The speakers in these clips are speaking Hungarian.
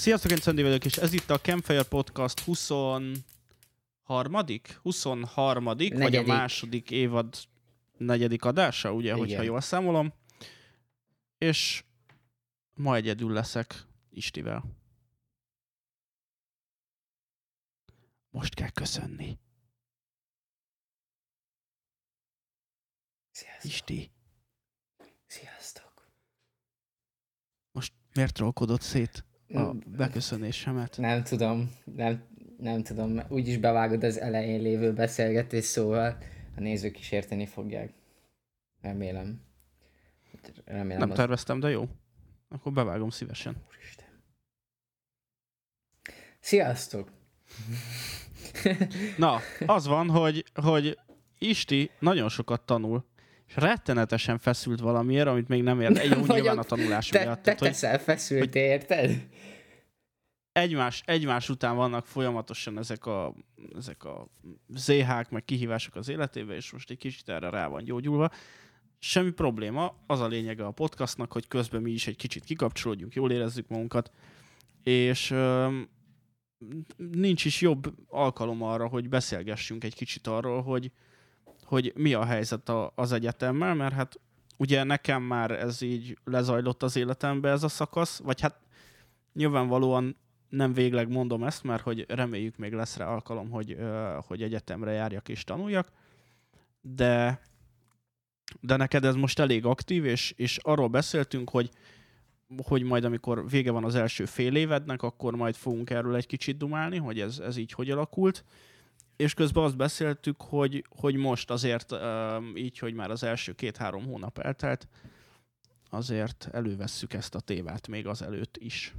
Sziasztok, én Szöndi vagyok, és ez itt a Campfire Podcast 23. vagy a második évad 4. adása, ugye, igen, hogyha jól számolom. És ma egyedül leszek Istivel. Most kell köszönni. Sziasztok. Isti. Sziasztok. Most miért trollkodott szét a beköszönésemet? Nem tudom. Úgyis bevágod az elején lévő beszélgetés, szóval a nézők is érteni fogják. Remélem Nem terveztem, de jó. Akkor bevágom szívesen. Úristen. Sziasztok! Na, az van, hogy Isti nagyon sokat tanul, és rettenetesen feszült valamiért, amit még nem ért. Jó, nyilván a tanulás miatt. Te teszel feszült, érted? Egymás után vannak folyamatosan ezek a ZH-k, meg kihívások az életébe, és most egy kicsit erre rá van gyógyulva. Semmi probléma, az a lényege a podcastnak, hogy közben mi is egy kicsit kikapcsolódjunk, jól érezzük magunkat, és nincs is jobb alkalom arra, hogy beszélgessünk egy kicsit arról, hogy mi a helyzet az egyetemmel, mert hát ugye nekem már ez így lezajlott az életembe ez a szakasz, vagy hát nyilvánvalóan nem végleg mondom ezt, mert hogy reméljük még lesz rá alkalom, hogy egyetemre járjak és tanuljak, de neked ez most elég aktív, és arról beszéltünk, hogy majd amikor vége van az első fél évednek, akkor majd fogunk erről egy kicsit dumálni, hogy ez így hogy alakult. És közben azt beszéltük, hogy most azért így, hogy már az első 2-3 hónap eltelt, azért elővesszük ezt a témát még azelőtt is.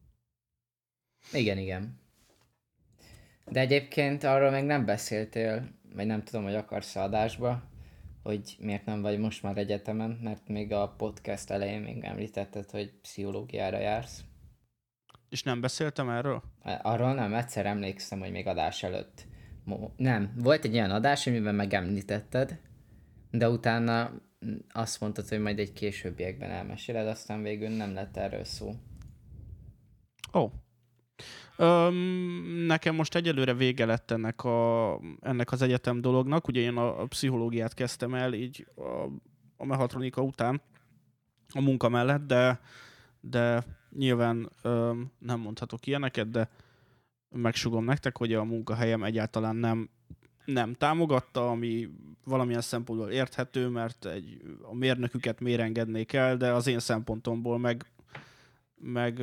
Igen. De egyébként arról még nem beszéltél, vagy nem tudom, hogy akarsz adásba, hogy miért nem vagy most már egyetemen, mert még a podcast elején még említetted, hogy pszichológiára jársz. És nem beszéltem erről? Arról nem, egyszer emlékszem, hogy még adás előtt. Nem, volt egy olyan adás, amiben megemlítetted, de utána azt mondtad, hogy majd egy későbbiekben elmeséled, aztán végül nem lett erről szó. Ó. Nekem most egyelőre vége lett ennek az egyetem dolognak. Ugye én a pszichológiát kezdtem el így a mechatronika után a munka mellett, de nyilván nem mondhatok ilyeneket, de megsugom nektek, hogy a munkahelyem egyáltalán nem támogatta, ami valamilyen szempontból érthető, mert a mérnöküket miért engednék el, de az én szempontomból meg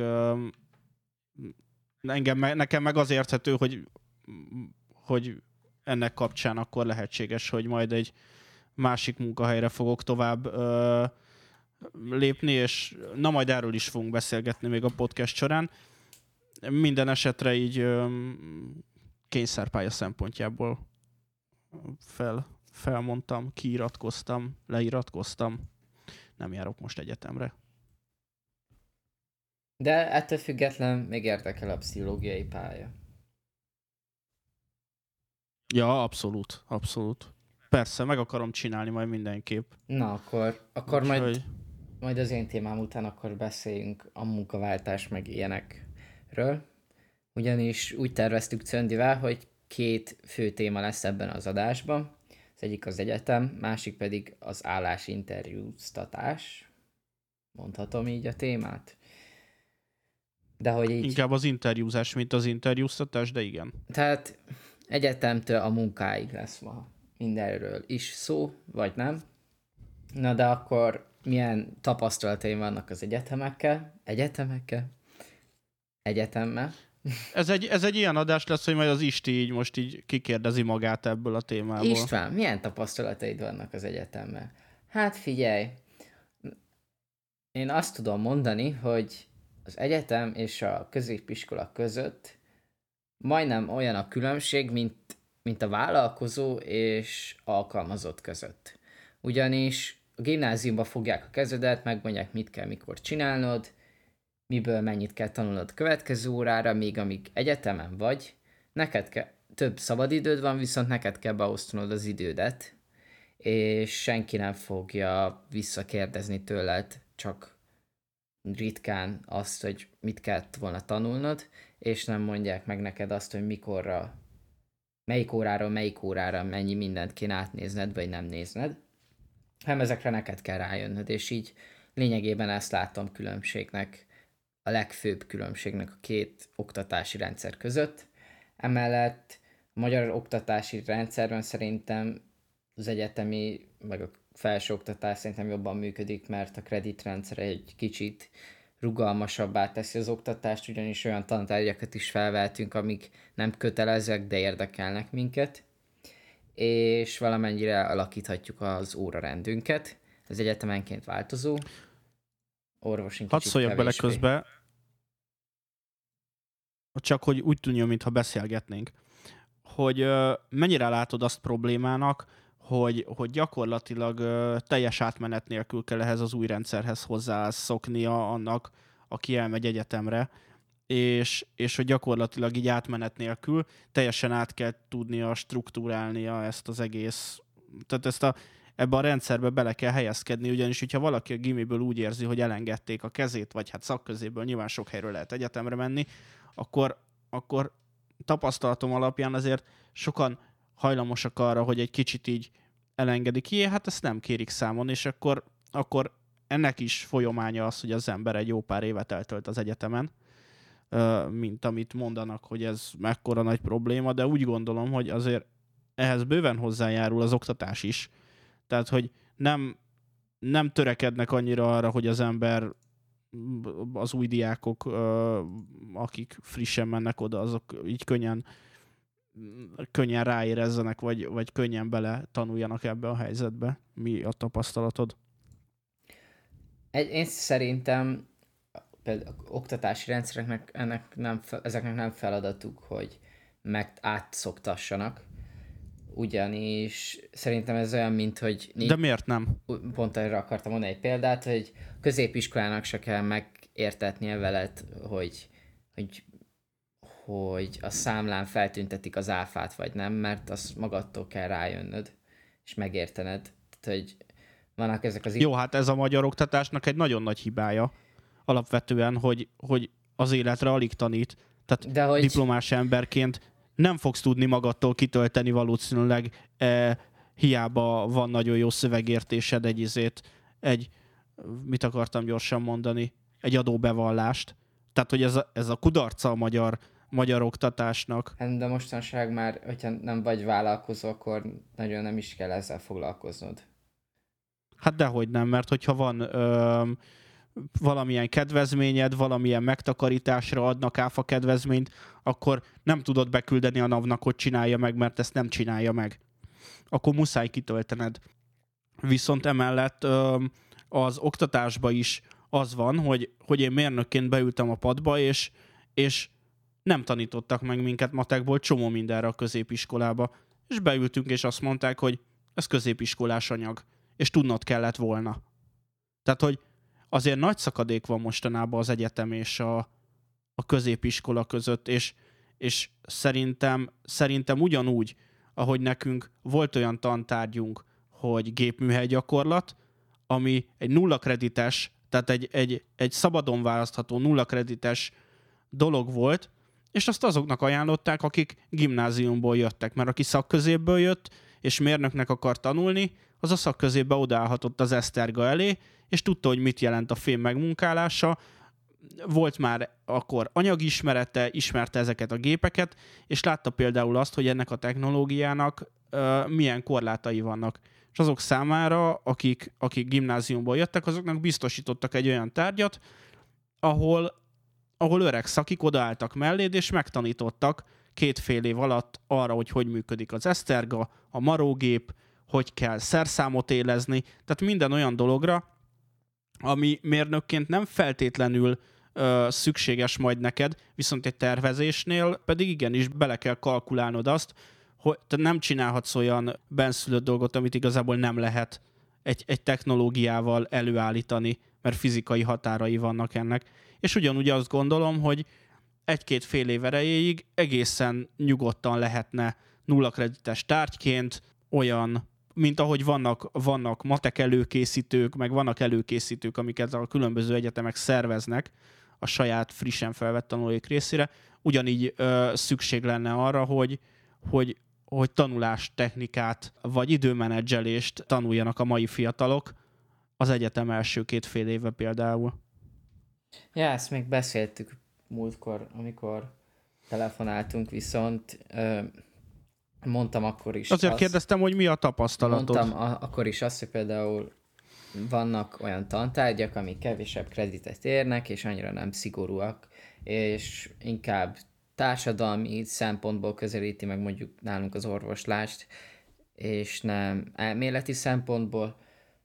nekem meg az érthető, hogy ennek kapcsán akkor lehetséges, hogy majd egy másik munkahelyre fogok tovább lépni, és na majd erről is fogunk beszélgetni még a podcast során. Minden esetre így kényszerpálya szempontjából felmondtam, kiiratkoztam, leiratkoztam. Nem járok most egyetemre. De ettől független még érdekel a pszichológiai pálya. Ja, abszolút. Persze, meg akarom csinálni majd mindenképp. Na, akkor majd az én témám után akkor beszéljünk a munkaváltás meg ilyenekről. Ugyanis úgy terveztük Czöndivel, hogy 2 fő téma lesz ebben az adásban. Az egyik az egyetem, másik pedig az állásinterjúztatás. Mondhatom így a témát? De hogy így... Inkább az interjúzás, mint az interjúztatás, de igen. Tehát egyetemtől a munkáig lesz ma mindenről is szó, vagy nem. Na de akkor milyen tapasztalataim vannak az egyetemmel? Ez egy ilyen adás lesz, hogy majd az Isti így most így kikérdezi magát ebből a témából. István, milyen tapasztalataid vannak az egyetemmel? Hát figyelj, én azt tudom mondani, hogy az egyetem és a középiskola között majdnem olyan a különbség, mint a vállalkozó és alkalmazott között. Ugyanis a gimnáziumban fogják a kezedet, megmondják, mit kell mikor csinálnod, miből mennyit kell tanulnod a következő órára, még amíg egyetemen vagy, több szabadidőd van, viszont neked kell beosztanod az idődet, és senki nem fogja visszakérdezni tőled, csak ritkán azt, hogy mit kellett volna tanulnod, és nem mondják meg neked azt, hogy mikorra, melyik órára mennyi mindent kéne átnézned, vagy nem nézned, hanem ezekre neked kell rájönnöd, és így lényegében ezt látom különbségnek, a legfőbb különbségnek a két oktatási rendszer között. Emellett a magyar oktatási rendszerben szerintem az egyetemi, meg a felsőoktatás szerintem jobban működik, mert a kreditrendszer egy kicsit rugalmasabbá teszi az oktatást, ugyanis olyan tantárgyakat is felvehetünk, amik nem kötelezőek, de érdekelnek minket, és valamennyire alakíthatjuk az órarendünket. Ez egyetemenként változó. Orvosin Hadd kicsit szóljak bele kevésbé. közbe, csak hogy úgy tűnjön, mintha beszélgetnénk, hogy mennyire látod azt problémának, hogy gyakorlatilag teljes átmenet nélkül kell ehhez az új rendszerhez hozzászoknia annak, aki elmegy egyetemre, és hogy gyakorlatilag így átmenet nélkül teljesen át kell tudnia struktúrálnia ezt az egész, tehát ebbe a rendszerbe bele kell helyezkedni, ugyanis hogyha valaki a gimiből úgy érzi, hogy elengedték a kezét, vagy hát szakközéből nyilván sok helyről lehet egyetemre menni, akkor tapasztalatom alapján azért sokan hajlamosak arra, hogy egy kicsit így elengedik ki, hát ezt nem kérik számon, és akkor ennek is folyamánya az, hogy az ember egy jó pár évet eltölt az egyetemen, mint amit mondanak, hogy ez mekkora nagy probléma, de úgy gondolom, hogy azért ehhez bőven hozzájárul az oktatás is. Tehát, hogy nem törekednek annyira arra, hogy az ember, az új diákok, akik frissen mennek oda, azok így könnyen ráérezzenek, vagy könnyen bele tanuljanak ebbe a helyzetbe. Mi a tapasztalatod? Én szerintem például oktatási rendszereknek ezeknek nem feladatuk, hogy átszoktassanak, ugyanis szerintem ez olyan, mint hogy... De miért nem? Pont erre akartam mondani egy példát, hogy középiskolának se kell megértetnie veled, hogy a számlán feltüntetik az áfát, vagy nem, mert azt magadtól kell rájönnöd, és megértened. Tehát, hogy vannak ezek az... Jó, hát ez a magyar oktatásnak egy nagyon nagy hibája. Alapvetően, hogy az életre alig tanít. Tehát diplomás emberként nem fogsz tudni magadtól kitölteni valószínűleg, hiába van nagyon jó szövegértésed mit akartam gyorsan mondani, egy adóbevallást. Tehát, hogy ez a kudarca a magyar oktatásnak. De mostanság már, hogyha nem vagy vállalkozó, akkor nagyon nem is kell ezzel foglalkoznod. Hát dehogy nem, mert hogyha van valamilyen kedvezményed, valamilyen megtakarításra adnak áfa kedvezményt, akkor nem tudod beküldeni a NAV-nak, hogy csinálja meg, mert ezt nem csinálja meg. Akkor muszáj kitöltened. Viszont emellett az oktatásban is az van, hogy én mérnökként beültem a padba, és nem tanítottak meg minket matekból csomó mindenre a középiskolába. És beültünk, és azt mondták, hogy ez középiskolás anyag, és tudnod kellett volna. Tehát, hogy azért nagy szakadék van mostanában az egyetem és a középiskola között, és szerintem ugyanúgy, ahogy nekünk volt olyan tantárgyunk, hogy gépműhely gyakorlat, ami egy 0 kredites, tehát egy szabadon választható 0 kredites dolog volt, és azt azoknak ajánlották, akik gimnáziumból jöttek, mert aki szakközépből jött, és mérnöknek akar tanulni, az a szakközépbe odaállhatott az eszterga elé, és tudta, hogy mit jelent a fém megmunkálása, volt már akkor anyagismerete, ismerte ezeket a gépeket, és látta például azt, hogy ennek a technológiának milyen korlátai vannak. És azok számára, akik gimnáziumból jöttek, azoknak biztosítottak egy olyan tárgyat, ahol öreg szakik odaálltak melléd, és megtanítottak 2 év alatt arra, hogy működik az eszterga, a marógép, hogy kell szerszámot élezni, tehát minden olyan dologra, ami mérnökként nem feltétlenül szükséges majd neked, viszont egy tervezésnél pedig igenis bele kell kalkulálnod azt, hogy te nem csinálhatsz olyan benszülött dolgot, amit igazából nem lehet egy technológiával előállítani, mert fizikai határai vannak ennek. És ugyanúgy azt gondolom, hogy 1-2 év erejéig egészen nyugodtan lehetne 0 kredites tárgyként olyan mint ahogy vannak matek előkészítők, meg vannak előkészítők, amiket a különböző egyetemek szerveznek a saját frissen felvett tanulóik részére, ugyanígy szükség lenne arra, hogy tanulástechnikát vagy időmenedzselést tanuljanak a mai fiatalok az egyetem első 2 fél éve például. Ja, ezt még beszéltük múltkor, amikor telefonáltunk, viszont mondtam akkor is Azért azt, kérdeztem, hogy mi a tapasztalatod. mondtam akkor is azt, hogy például vannak olyan tantárgyak, amik kevésebb kreditet érnek, és annyira nem szigorúak, és inkább társadalmi szempontból közelíti meg mondjuk nálunk az orvoslást, és nem elméleti szempontból,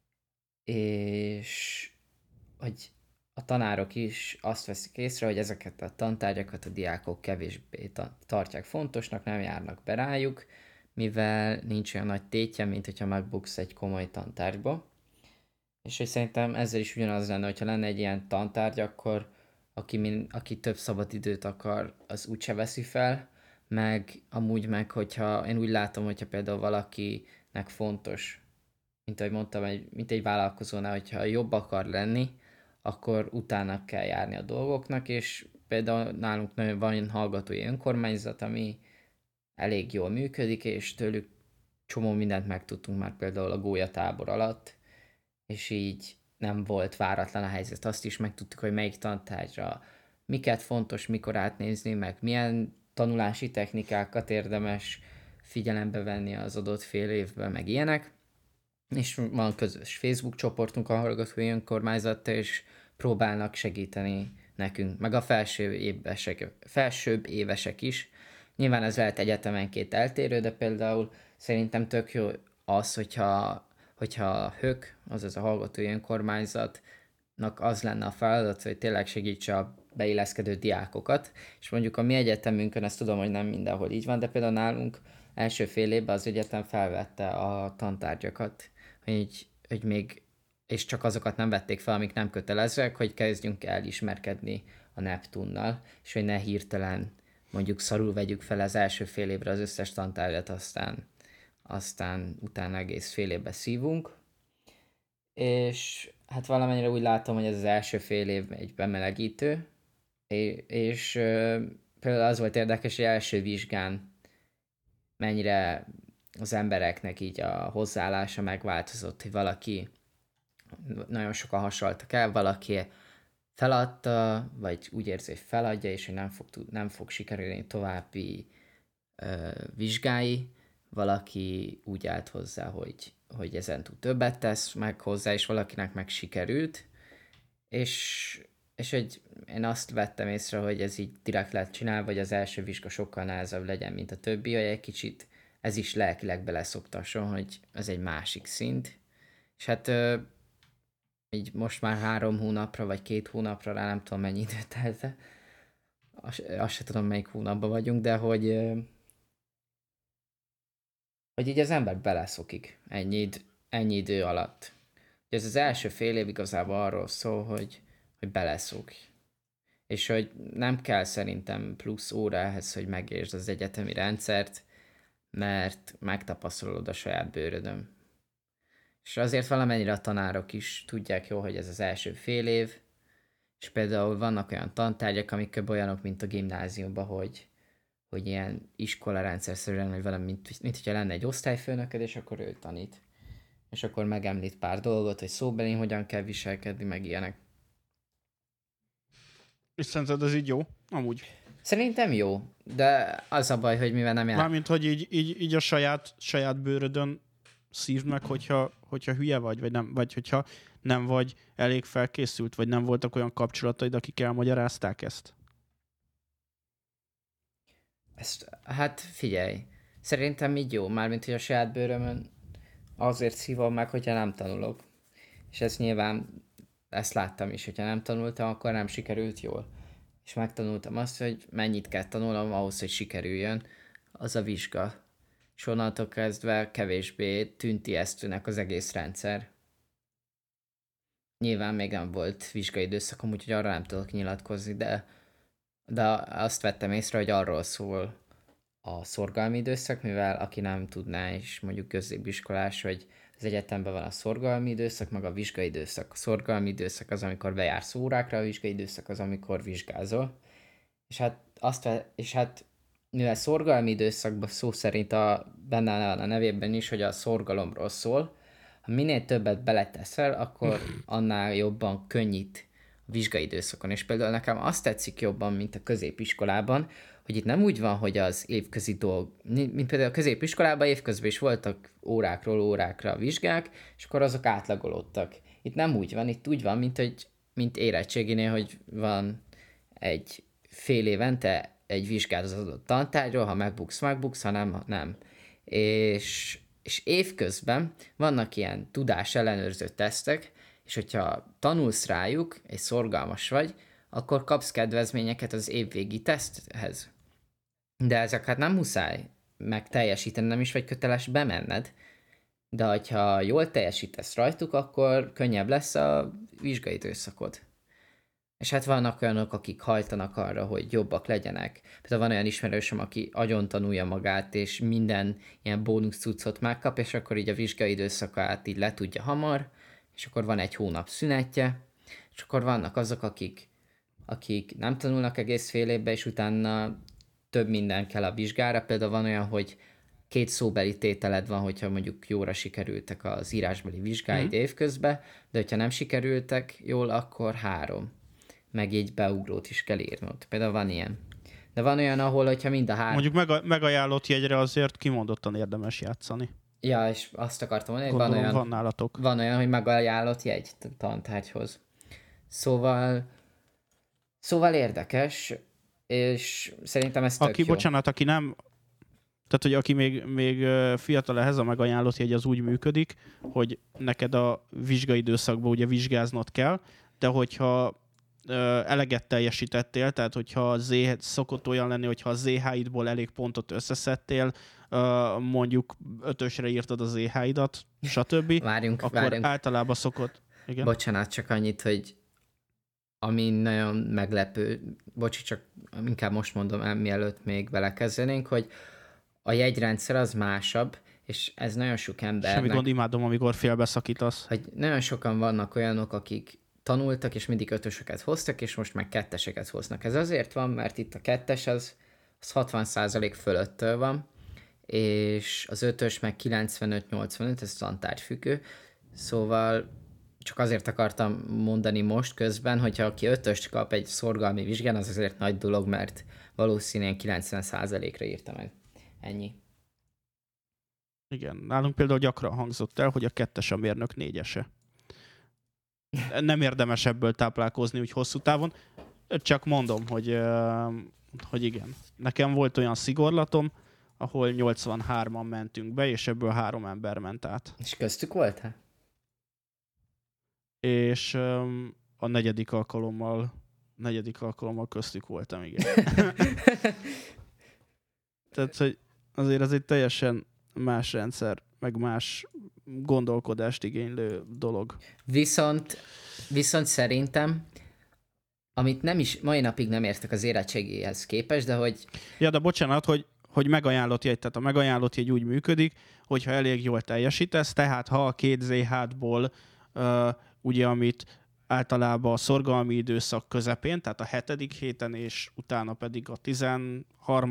és hogy a tanárok is azt veszik észre, hogy ezeket a tantárgyakat a diákok kevésbé tartják fontosnak, nem járnak be rájuk, mivel nincs olyan nagy tétje, mint hogyha megbuksz egy komoly tantárgyba. És hogy szerintem ezzel is ugyanaz lenne, hogyha lenne egy ilyen tantárgy, akkor aki több szabad időt akar, az úgyse veszi fel, meg amúgy meg, hogyha én úgy látom, hogyha például valakinek fontos, mint ahogy mondtam, mint egy vállalkozónál, hogyha jobb akar lenni, akkor utána kell járni a dolgoknak, és például nálunk nagyon van hallgatói önkormányzat, ami elég jól működik, és tőlük csomó mindent megtudtunk már például a gólyatábor alatt, és így nem volt váratlan a helyzet. Azt is megtudtuk, hogy melyik tantárgyra miket fontos, mikor átnézni, meg milyen tanulási technikákat érdemes figyelembe venni az adott fél évben, meg ilyenek. És van közös Facebook csoportunk a hallgatói önkormányzattal, és próbálnak segíteni nekünk, meg a felsőbb évesek is. Nyilván ez lehet egyetemenként eltérő, de például szerintem tök jó az, hogyha a HÖK, azaz a hallgatói önkormányzatnak az lenne a feladat, hogy tényleg segítse a beilleszkedő diákokat, és mondjuk a mi egyetemünkön, ezt tudom, hogy nem mindenhol így van, de például nálunk első fél évben az egyetem felvette a tantárgyakat, hogy még, és csak azokat nem vették fel, amik nem kötelezőek, hogy kezdjünk el ismerkedni a Neptunnal, és hogy ne hirtelen mondjuk szarul vegyük fel az első fél évre az összes tantárgyat, aztán utána egész fél évbe szívunk. És hát valamennyire úgy látom, hogy ez az első fél év egy bemelegítő, és például az volt érdekes, hogy első vizsgán mennyire az embereknek így a hozzáállása megváltozott, hogy valaki, nagyon sokan hasonltak el, valaki feladta, vagy úgy érzi, hogy feladja, és hogy nem fog sikerülni további vizsgái, valaki úgy állt hozzá, hogy ezen túl többet tesz meg hozzá, és valakinek meg sikerült, és hogy én azt vettem észre, hogy ez így direkt lehet csinálva, hogy az első vizsga sokkal nehezebb legyen, mint a többi, hogy egy kicsit ez is lelkileg beleszoktasson, hogy ez egy másik szint. És hát így most már 3 hónapra, vagy 2 hónapra, rá nem tudom mennyi időt telte, azt se tudom melyik hónapban vagyunk, de hogy így az ember beleszokik ennyi idő alatt. Ez az első fél év igazából arról szól, hogy beleszokj. És hogy nem kell szerintem plusz óra ehhez, hogy megértsd az egyetemi rendszert, mert megtapasztalod a saját bőrödön. És azért valamennyire a tanárok is tudják jó, hogy ez az első fél év, és például vannak olyan tantárgyak, amik olyanok, mint a gimnáziumban, hogy ilyen iskolarendszerszerűen, hogy valami, mint hogyha lenne egy osztályfőnököd, és akkor ő tanít. És akkor megemlít pár dolgot, hogy szóbeli hogyan kell viselkedni, meg ilyenek. És szerinted ez így jó? Amúgy. Szerintem jó, de az a baj, hogy mivel nem jár. Mármint, hogy így a saját bőrödön szívd meg, hogyha hülye vagy nem, vagy hogyha nem vagy elég felkészült, vagy nem voltak olyan kapcsolataid, akik elmagyarázták ezt? Hát figyelj, szerintem így jó, mármint, hogy a saját bőrömön azért szívom meg, hogyha nem tanulok. És ezt nyilván, ezt láttam is, hogyha nem tanultam, akkor nem sikerült jól. És megtanultam azt, hogy mennyit kell tanulnom ahhoz, hogy sikerüljön az a vizsga. És onnantól kezdve kevésbé tűnt ijesztőnek az egész rendszer. Nyilván még nem volt vizsgai időszakom, úgyhogy arra nem tudok nyilatkozni, de azt vettem észre, hogy arról szól a szorgalmi időszak, mivel aki nem tudná, és mondjuk középiskolás, hogy az egyetemben van a szorgalmi időszak, meg a vizsgai időszak. A szorgalmi időszak az, amikor bejársz órákra, a vizsgai időszak az, amikor vizsgázol. És hát mivel szorgalmi időszakban szó szerint benne van a nevében is, hogy a szorgalomról szól, ha minél többet beleteszel, akkor annál jobban könnyít a vizsgai időszakon. És például nekem azt tetszik jobban, mint a középiskolában, hogy itt nem úgy van, hogy az évközi mint például a középiskolában évközben is voltak órákról órákra a vizsgák, és akkor azok átlagolódtak. Itt nem úgy van, itt úgy van, mint érettséginél, hogy van egy fél évente egy vizsgád az adott tantárgyról, ha megbuksz, ha nem. És évközben vannak ilyen tudás ellenőrző tesztek, és hogyha tanulsz rájuk, és szorgalmas vagy, akkor kapsz kedvezményeket az évvégi teszthez. De ezeket nem muszáj meg teljesíteni, nem is vagy köteles bemenned, de hogyha jól teljesítesz rajtuk, akkor könnyebb lesz a vizsgai időszakod. És hát vannak olyanok, akik hajtanak arra, hogy jobbak legyenek. Például van olyan ismerősöm, aki agyon tanulja magát, és minden ilyen bónusz cuccot megkap, és akkor így a vizsgai időszakát így le tudja hamar, és akkor van egy hónap szünetje, és akkor vannak azok, akik nem tanulnak egész fél évbe, és utána több minden kell a vizsgára. Például van olyan, hogy 2 szóbeli tételed van, hogyha mondjuk jóra sikerültek az írásbeli vizsgáid évközben, de hogyha nem sikerültek jól, akkor 3. Meg így beugrót is kell írnod. Például van ilyen. De van olyan, ahol, hogyha mind a 3... Mondjuk megajánlott jegyre azért kimondottan érdemes játszani. Ja, és azt akartam mondani, hogy Gondolom, van nálatok. Van olyan, hogy megajánlott jegy tantárgyhoz. Szóval érdekes, és szerintem ez tök jó. Bocsánat, aki nem... Tehát, hogy aki még fiatal ehhez, a megajánlott jegy az úgy működik, hogy neked a vizsgai időszakban ugye vizsgáznod kell, de hogyha eleget teljesítettél, tehát hogyha szokott olyan lenni, hogyha a ZH-idból elég pontot összeszedtél, mondjuk 5-ösre írtad az ZH-idat, stb. Várjunk. Általában szokott... Igen? Bocsánat, csak annyit, hogy ami nagyon meglepő, csak inkább most mondom el, mielőtt még belekezdenénk, hogy a jegyrendszer az másabb, és ez nagyon sok embernek... Semmi gond, imádom, amikor félbeszakítasz. Hogy nagyon sokan vannak olyanok, akik tanultak, és mindig 5-ösöket hoztak, és most meg 2-eseket hoznak. Ez azért van, mert itt a 2-es az 60% fölöttől van, és az 5-ös meg 95-85, ez tantárgyfüggő. Szóval csak azért akartam mondani most közben, hogyha aki 5-öst kap egy szorgalmi vizsgán, az azért nagy dolog, mert valószínűleg 90%-ra írta meg. Ennyi. Igen, nálunk például gyakran hangzott el, hogy a 2-es a mérnök 4-ese. Nem érdemes ebből táplálkozni úgy hosszú távon. Csak mondom, hogy igen. Nekem volt olyan szigorlatom, ahol 83-an mentünk be, és ebből 3 ember ment át. És köztük voltál? És a negyedik alkalommal köztük voltam, igen. Tehát, hogy azért ez egy teljesen más rendszer, meg más gondolkodást igénylő dolog. Viszont szerintem, amit nem is, mai napig nem értek az érettségéhez képest, de hogy... Ja, de bocsánat, hogy megajánlott jegy, tehát a megajánlott jegy úgy működik, hogyha elég jól teljesítesz, tehát ha a 2 ZH-ból ugye, amit általában a szorgalmi időszak közepén, tehát a 7. héten, és utána pedig a 13.,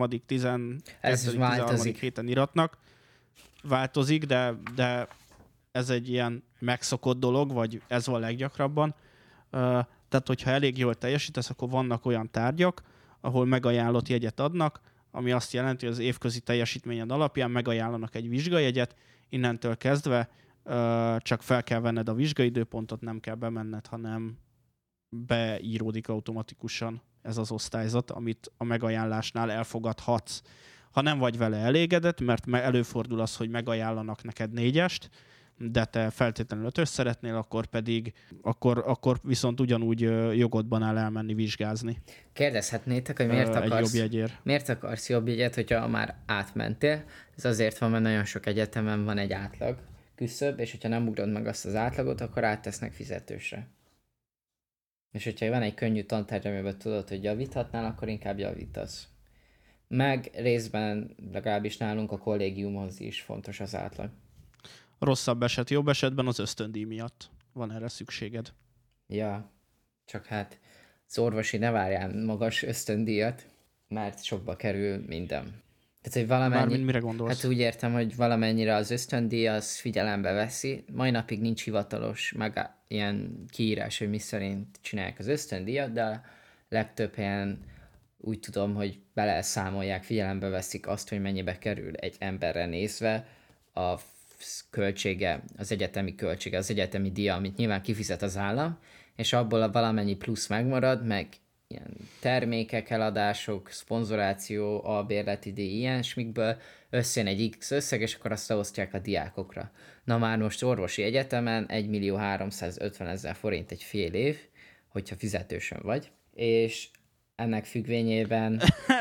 13. héten iratnak. Változik, de ez egy ilyen megszokott dolog, vagy ez van leggyakrabban. Tehát, hogyha elég jól teljesítesz, akkor vannak olyan tárgyak, ahol megajánlott jegyet adnak, ami azt jelenti, hogy az évközi teljesítményed alapján megajánlanak egy vizsgajegyet, innentől kezdve csak fel kell venned a vizsgaidőpontot, nem kell bemenned, hanem beíródik automatikusan ez az osztályzat, amit a megajánlásnál elfogadhatsz. Ha nem vagy vele elégedett, mert előfordul az, hogy megajánlanak neked 4-est, de te feltétlenül 5-ös szeretnél, akkor viszont ugyanúgy jogodban áll elmenni vizsgázni. Kérdezhetnétek, hogy miért akarsz jobb jegyet, hogyha már átmentél. Ez azért van, mert nagyon sok egyetemen van egy átlag küszöb, és hogyha nem ugrod meg azt az átlagot, akkor áttesznek fizetősre. És hogyha van egy könnyű tantárgy, amiben tudod, hogy javíthatnál, akkor inkább javítasz. meg részben legalábbis nálunk a kollégiumhoz is fontos az átlag. Rosszabb eset, jobb esetben az ösztöndíj miatt van erre szükséged. Ja, csak hát az orvosi ne várjál magas ösztöndíjat, mert sokba kerül minden. Tehát, hogy valamennyi... Mármint mire gondolsz? Hát úgy értem, hogy valamennyire az ösztöndíj az figyelembe veszi. Mai napig nincs hivatalos meg ilyen kiírás, hogy mi szerint csinálják az ösztöndíjat, de legtöbb helyen úgy tudom, hogy beleszámolják, figyelembe veszik azt, hogy mennyibe kerül egy emberre nézve a költsége, az egyetemi költsége, az egyetemi díja, amit nyilván kifizet az állam, és abból a valamennyi plusz megmarad, meg ilyen termékek, eladások, szponzoráció, albérleti díj, ilyesmikből összejön egy X összeg, és akkor azt leosztják a diákokra. Na már most orvosi egyetemen 1.350.000 forint egy fél év, hogyha fizetősen vagy, és ennek függvényében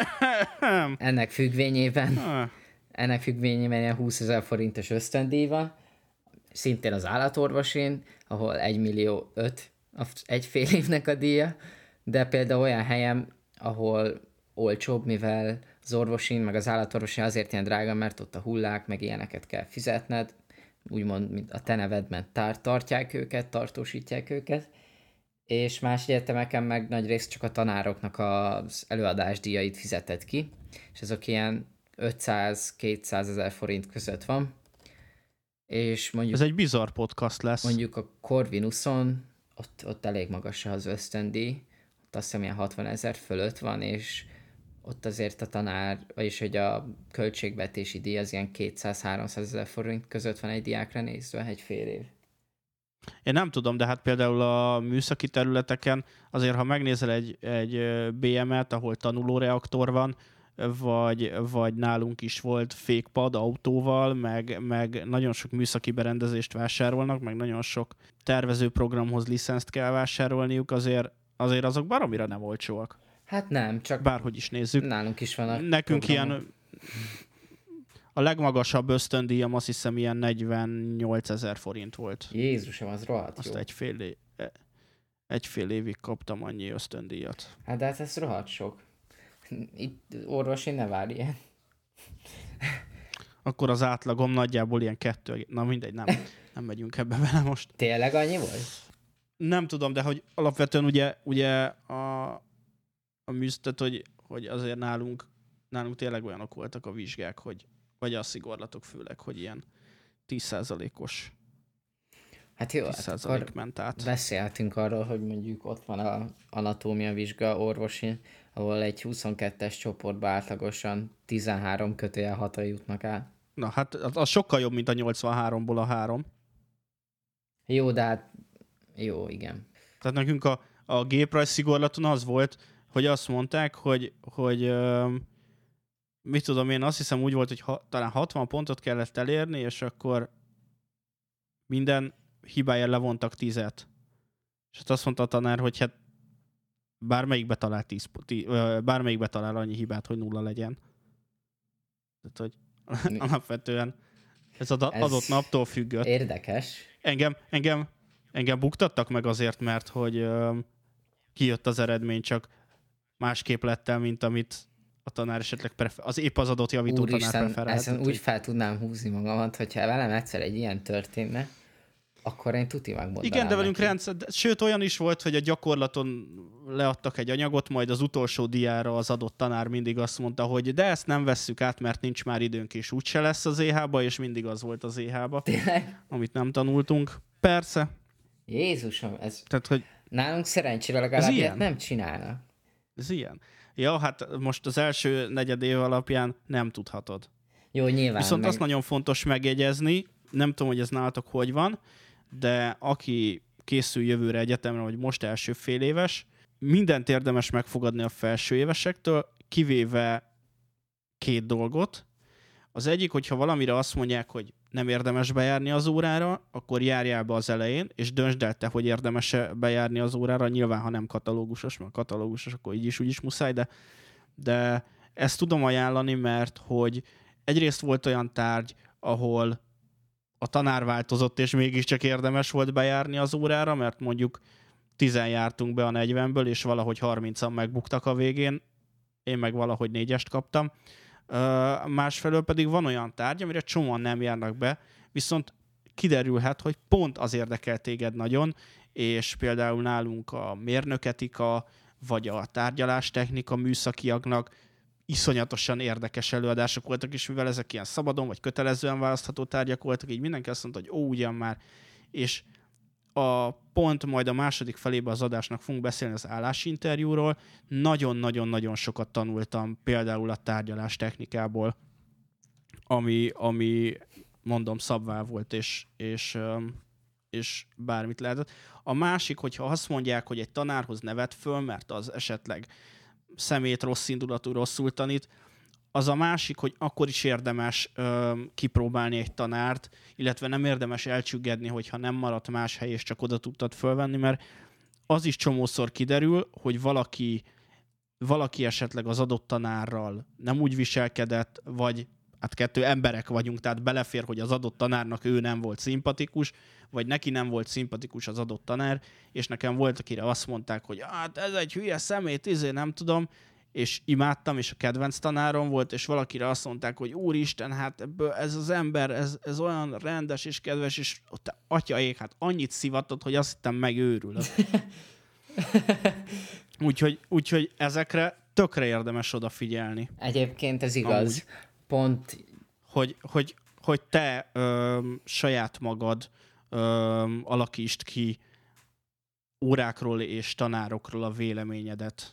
ilyen 20.000 forintos ösztöndíj van, szintén az állatorvosin, ahol 1.500.000 egy fél évnek a díja, de például olyan helyen, ahol olcsóbb, mivel az orvosin, meg az állatorvosin azért ilyen drága, mert ott a hullák, meg ilyeneket kell fizetned, úgymond mint a te nevedben tartják őket, tartósítják őket, és más egyetemeken meg nagy részt csak a tanároknak az előadásdíjait fizetett ki, és azok ilyen 500-200 ezer forint között van, és mondjuk... Ez egy bizarr podcast lesz. Mondjuk a Corvinuson ott elég magas az ösztöndíj, ott azt hiszem ilyen 60 000 fölött van, és ott azért a tanár, vagyis hogy a költségvetési díj az ilyen 200-300 ezer forint között van egy diákra nézve egy fél év. Én nem tudom, de hát például a műszaki területeken azért, ha megnézel egy BM-et, ahol tanulóreaktor van, vagy nálunk is volt fékpad autóval, meg nagyon sok műszaki berendezést vásárolnak, meg nagyon sok tervezőprogramhoz licenszt kell vásárolniuk, azért azok baromira nem olcsóak. Hát nem, csak bárhogy is nézzük. Nálunk is vannak nekünk programok. Ilyen a legmagasabb ösztöndíjam azt hiszem ilyen 48 000 forint volt. Jézusom, az rohadt Azt jó. egy fél évig kaptam annyi ösztöndíjat. Hát de hát ez rohadt sok. Itt orvosi ne várj ilyen. Akkor az átlagom nagyjából ilyen 2, na mindegy, nem megyünk ebbe vele most. Tényleg annyi volt? Nem tudom, de hogy alapvetően ugye a műsztet, hogy azért nálunk tényleg olyanok voltak a vizsgák, vagy a szigorlatok főleg, hogy ilyen 10%-os Hát jó, 10% ment át. Beszéltünk arról, hogy mondjuk ott van a anatómia vizsga orvosin, ahol egy 22-es csoportba átlagosan 13/6-ra jutnak át. Na hát az sokkal jobb, mint a 83-ból a 3. Jó, de hát jó, igen. Tehát nekünk a géprajz szigorlaton az volt, hogy azt mondták, hogy mit tudom én, azt hiszem úgy volt, hogy talán 60 pontot kellett elérni, és akkor minden hibáján levontak 10-et. És azt mondta a tanár, hogy hát bármelyikbe talál annyi hibát, hogy 0 legyen. Tehát, hogy alapvetően ez az adott naptól függött. Érdekes. Engem buktattak meg azért, mert hogy kijött az eredmény, csak másképp lett el, mint amit a tanár esetleg az épp az adott javító tanár preferált. Ezen úgy fel tudnám húzni magamat, hogyha velem egyszer egy ilyen történne, akkor én tuti megmondanám. Igen, de velünk neki. sőt olyan is volt, hogy a gyakorlaton leadtak egy anyagot, majd az utolsó diára az adott tanár mindig azt mondta, hogy de ezt nem vesszük át, mert nincs már időnk, és úgyse lesz az EH-ba, és mindig az volt az EH-ba, amit nem tanultunk. Persze. Jézusom, ez... Tehát, hogy nálunk szerencsére legalább ilyet nem csinálnak. Ez ilyen. Ja, hát most az első negyed év alapján nem tudhatod. Jó, nyilván. Viszont azt nagyon fontos megjegyezni, nem tudom, hogy ez nálatok hogy van, de aki készül jövőre egyetemre, vagy most első fél éves, mindent érdemes megfogadni a felső évesektől, kivéve 2 dolgot. Az egyik, hogyha valamire azt mondják, hogy nem érdemes bejárni az órára, akkor járjál be az elején, és döntsd el te, hogy érdemes-e bejárni az órára, nyilván, ha nem katalógusos, mert katalógusos, akkor így is úgy is muszáj, de ezt tudom ajánlani, mert hogy egyrészt volt olyan tárgy, ahol a tanár változott, és mégiscsak érdemes volt bejárni az órára, mert mondjuk 10 jártunk be a 40-ből, és valahogy 30-an megbuktak a végén, én meg valahogy 4-est kaptam. Másfelől pedig van olyan tárgy, amire csomóan nem járnak be, viszont kiderülhet, hogy pont az érdekel téged nagyon, és például nálunk a mérnöketika, vagy a tárgyalástechnika műszakiaknak iszonyatosan érdekes előadások voltak, és mivel ezek ilyen szabadon vagy kötelezően választható tárgyak voltak, így mindenki azt mondta, hogy ugyan már, és pont majd a második felében az adásnak fogunk beszélni az állásinterjúról, nagyon-nagyon-nagyon sokat tanultam például a tárgyalástechnikából, ami mondom szabvá volt, és bármit lehetett. A másik, hogyha azt mondják, hogy egy tanárhoz nevet föl, mert az esetleg szemét, rossz indulatú, rosszul tanít, az a másik, hogy akkor is érdemes kipróbálni egy tanárt, illetve nem érdemes elcsüggedni, hogyha nem maradt más hely, és csak oda tudtad fölvenni, mert az is csomószor kiderül, hogy valaki esetleg az adott tanárral nem úgy viselkedett, vagy hát kettő emberek vagyunk, tehát belefér, hogy az adott tanárnak ő nem volt szimpatikus, vagy neki nem volt szimpatikus az adott tanár, és nekem volt, akire azt mondták, hogy hát ez egy hülye szemét, nem tudom, és imádtam, és a kedvenc tanárom volt, és valakire azt mondták, hogy úristen, hát ebből ez az ember, ez olyan rendes és kedves, és te atyaék, hát annyit szivatott, hogy azt hittem megőrül. Úgyhogy ezekre tökre érdemes odafigyelni. Egyébként ez igaz. Amúgy. Pont... Hogy te saját magad alakítsd ki órákról és tanárokról a véleményedet.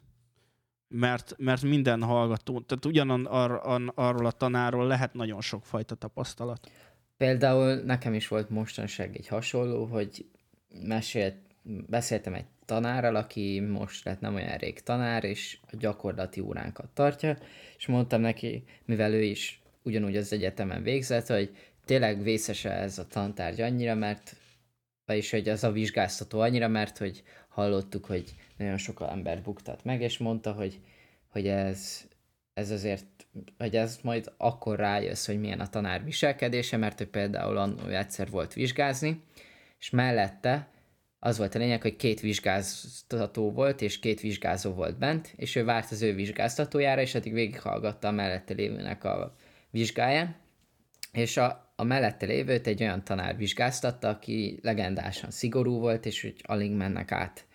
Mert minden hallgató, tehát arról a tanárról lehet nagyon sokfajta tapasztalat. Például nekem is volt mostanság egy hasonló, hogy beszéltem egy tanárral, aki most lett nem olyan rég tanár, és a gyakorlati óránkat tartja, és mondtam neki, mivel ő is ugyanúgy az egyetemen végzett, hogy tényleg vészes ez a tantárgy annyira, vagyis hogy az a vizsgáztató annyira, mert hogy hallottuk, hogy nagyon sok embert buktat meg, és mondta, hogy ez azért, hogy ez majd akkor rájössz, hogy milyen a tanár viselkedése, mert ő például annól egyszer volt vizsgázni, és mellette az volt a lényeg, hogy 2 vizsgáztató volt, és 2 vizsgázó volt bent, és ő várt az ő vizsgáztatójára, és addig végighallgatta a mellette lévőnek a vizsgáján, és a mellette lévőt egy olyan tanár vizsgáztatta, aki legendásan szigorú volt, és hogy alig mennek át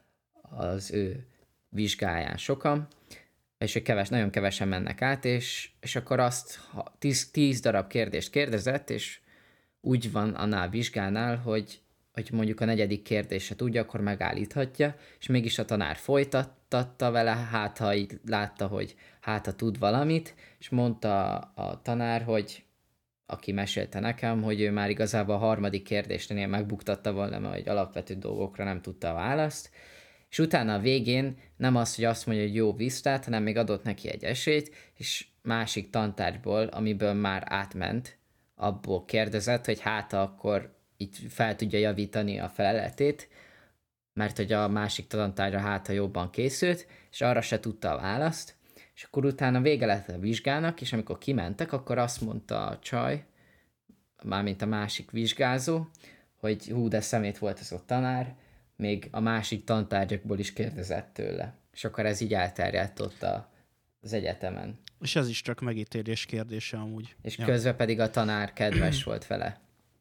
az ő vizsgáján sokan, és hogy nagyon kevesen mennek át, és akkor azt 10 darab kérdést kérdezett, és úgy van annál a vizsgánál, hogy mondjuk a 4. kérdése tudja, akkor megállíthatja, és mégis a tanár folytatta vele, hát ha így látta, hogy hát ha tud valamit, és mondta a tanár, hogy aki mesélte nekem, hogy ő már igazából a 3. kérdésnél megbuktatta volna, mert hogy alapvető dolgokra nem tudta a választ, és utána a végén nem az, hogy azt mondja, hogy jó viszlát, hanem még adott neki egy esélyt, és másik tantárgyból, amiből már átment, abból kérdezett, hogy hát akkor így fel tudja javítani a feleletét, mert hogy a másik tantárgyra ha jobban készült, és arra se tudta a választ, és akkor utána vége lett a vizsgának, és amikor kimentek, akkor azt mondta a csaj, mármint a másik vizsgázó, hogy hú, de szemét volt ez a tanár, még a másik tantárgyakból is kérdezett tőle. És akkor ez így elterjedt ott az egyetemen. És ez is csak megítélés kérdése amúgy. És közben pedig a tanár kedves volt vele.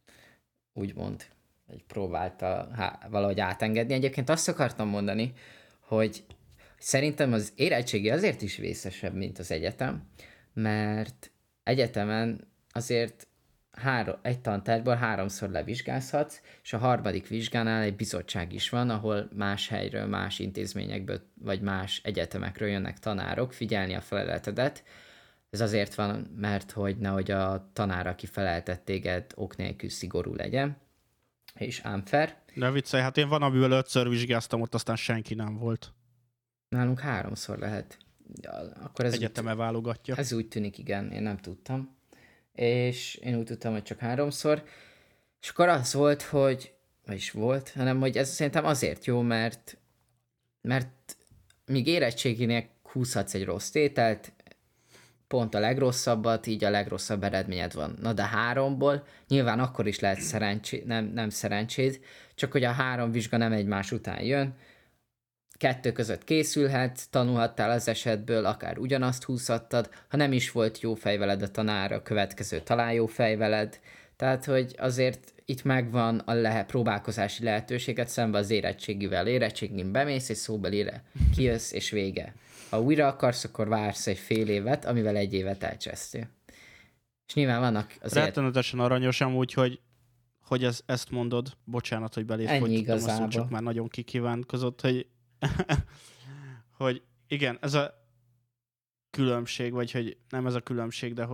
Úgymond. Hogy próbálta valahogy átengedni. Egyébként azt akartam mondani, hogy szerintem az érettségi azért is vészesebb, mint az egyetem, mert egyetemen azért egy tantárgyból 3-szor levizsgázhatsz, és a 3. vizsgánál egy bizottság is van, ahol más helyről, más intézményekből, vagy más egyetemekről jönnek tanárok figyelni a feleletedet. Ez azért van, mert hogy nehogy a tanár, aki feleltett téged, ok nélkül szigorú legyen, és unfair. De viccelj, hát én van, amiből 5-ször vizsgáztam, ott aztán senki nem volt. Nálunk 3-szor lehet. Akkor ez egyeteme válogatja. Ez úgy tűnik, igen, én nem tudtam. És én úgy tudtam, hogy csak 3-szor. És akkor az volt, hanem hogy ez szerintem azért jó, mert míg érettséginek húzhatsz egy rossz tételt, pont a legrosszabbat, így a legrosszabb eredményed van. Na de 3-ból nyilván akkor is lehet nem szerencséd, csak hogy a 3 vizsga nem egymás után jön, kettő között készülhet, tanulhattál az esetből, akár ugyanazt húzhattad, ha nem is volt jó fej veled a tanár, a következő talán jó fej veled, tehát, hogy azért itt megvan a próbálkozási lehetőséget szemben az érettségivel. Érettségin bemész, és szóbelire kijössz, és vége. Ha újra akarsz, akkor vársz egy fél évet, amivel egy évet elcsesztél. És nyilván vannak azért... Rettenetesen aranyos amúgy, hogy ezt mondod. Bocsánat, hogy beléfolytottam a szót, csak már nagyon kikívánkozott, hogy hogy igen, ez a különbség, vagy hogy nem ez a különbség, de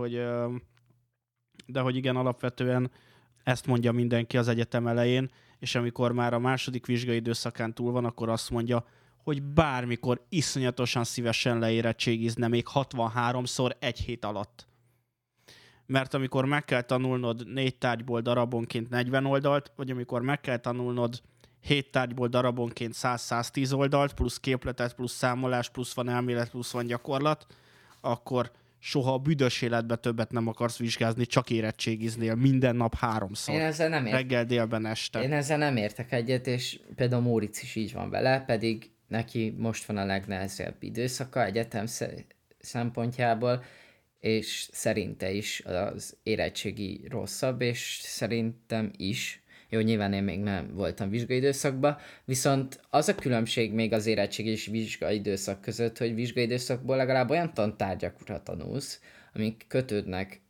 hogy igen, alapvetően ezt mondja mindenki az egyetem elején, és amikor már a második vizsgai időszakán túl van, akkor azt mondja, hogy bármikor iszonyatosan szívesen leérettségizne még 63-szor egy hét alatt. Mert amikor meg kell tanulnod 4 tárgyból darabonként 40 oldalt, vagy amikor meg kell tanulnod 7 tárgyból darabonként 100-110 oldalt, plusz képletet, plusz számolás, plusz van elmélet, plusz van gyakorlat, akkor soha a büdös életben többet nem akarsz vizsgázni, csak érettségiznél minden nap 3-szor. Én ezzel nem értek. Reggel, délben, este. Én ezzel nem értek egyet, és például Móricz is így van vele, pedig neki most van a legnehezebb időszaka egyetem szempontjából, és szerinte is az érettségi rosszabb, és szerintem is. Jó, nyilván én még nem voltam vizsgai időszakban, viszont az a különbség még az érettségi és vizsgai időszak között, hogy vizsgai időszakból legalább olyan tantárgyakra tanulsz, amik kötődnek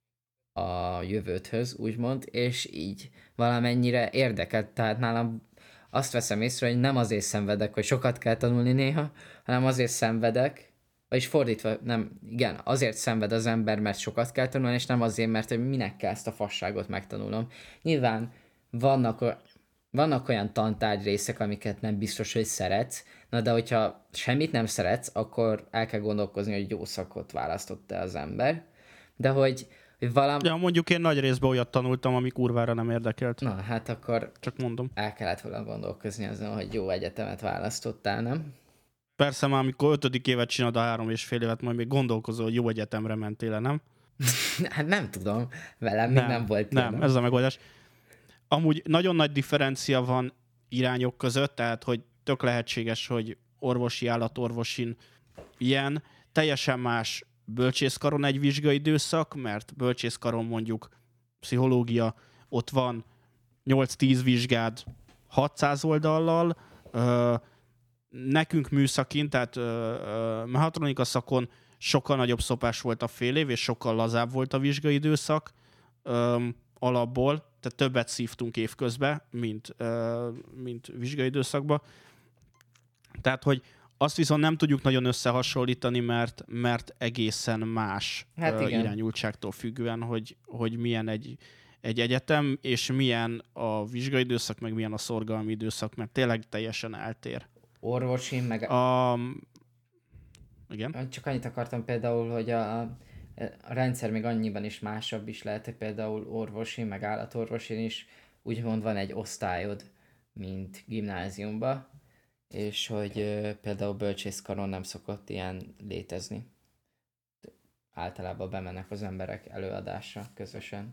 a jövődhöz, úgymond, és így valamennyire érdekel. Tehát nálam azt veszem észre, hogy nem azért szenvedek, hogy sokat kell tanulni néha, hanem azért szenvedek, vagyis fordítva, nem, igen, azért szenved az ember, mert sokat kell tanulni, és nem azért, mert hogy minek kell ezt a fasságot megtanulnom. Nyilván vannak olyan tantárgyrészek, amiket nem biztos, hogy szeretsz, na de hogyha semmit nem szeretsz, akkor el kell gondolkozni, hogy jó szakot választott-e az ember. De hogy valami... Ja, mondjuk én nagy részben olyat tanultam, ami kurvára nem érdekelt. Na, hát akkor... Csak mondom. El kellett volna gondolkozni azon, hogy jó egyetemet választottál, nem? Persze már, amikor 5. évet csinálod a 3,5 évet, majd még gondolkozol, hogy jó egyetemre mentél, nem? Hát nem tudom, velem még nem volt ilyen. Nem, ez a megoldás. Amúgy nagyon nagy differencia van irányok között, tehát hogy tök lehetséges, hogy orvosi, állatorvosin ilyen. Teljesen más bölcsészkaron egy vizsgai időszak, mert bölcsészkaron mondjuk pszichológia, ott van 8-10 vizsgád 600 oldallal, nekünk műszakin, tehát mechatronika szakon sokkal nagyobb szopás volt a fél év, és sokkal lazább volt a vizsgai időszak alapból, tehát többet szívtunk évközben, mint vizsgai időszakban. Tehát, hogy azt viszont nem tudjuk nagyon összehasonlítani, mert egészen más irányultságtól függően, hogy milyen egy egyetem, és milyen a vizsgai időszak, meg milyen a szorgalmi időszak, mert tényleg teljesen eltér. Orvosi, meg... Igen? Csak annyit akartam például, hogy a rendszer még annyiban is másabb is lehet, hogy például orvosi, meg állatorvosin is úgymond van egy osztályod, mint gimnáziumban, és hogy például bölcsészkaron nem szokott ilyen létezni. Általában bemennek az emberek előadásra közösen.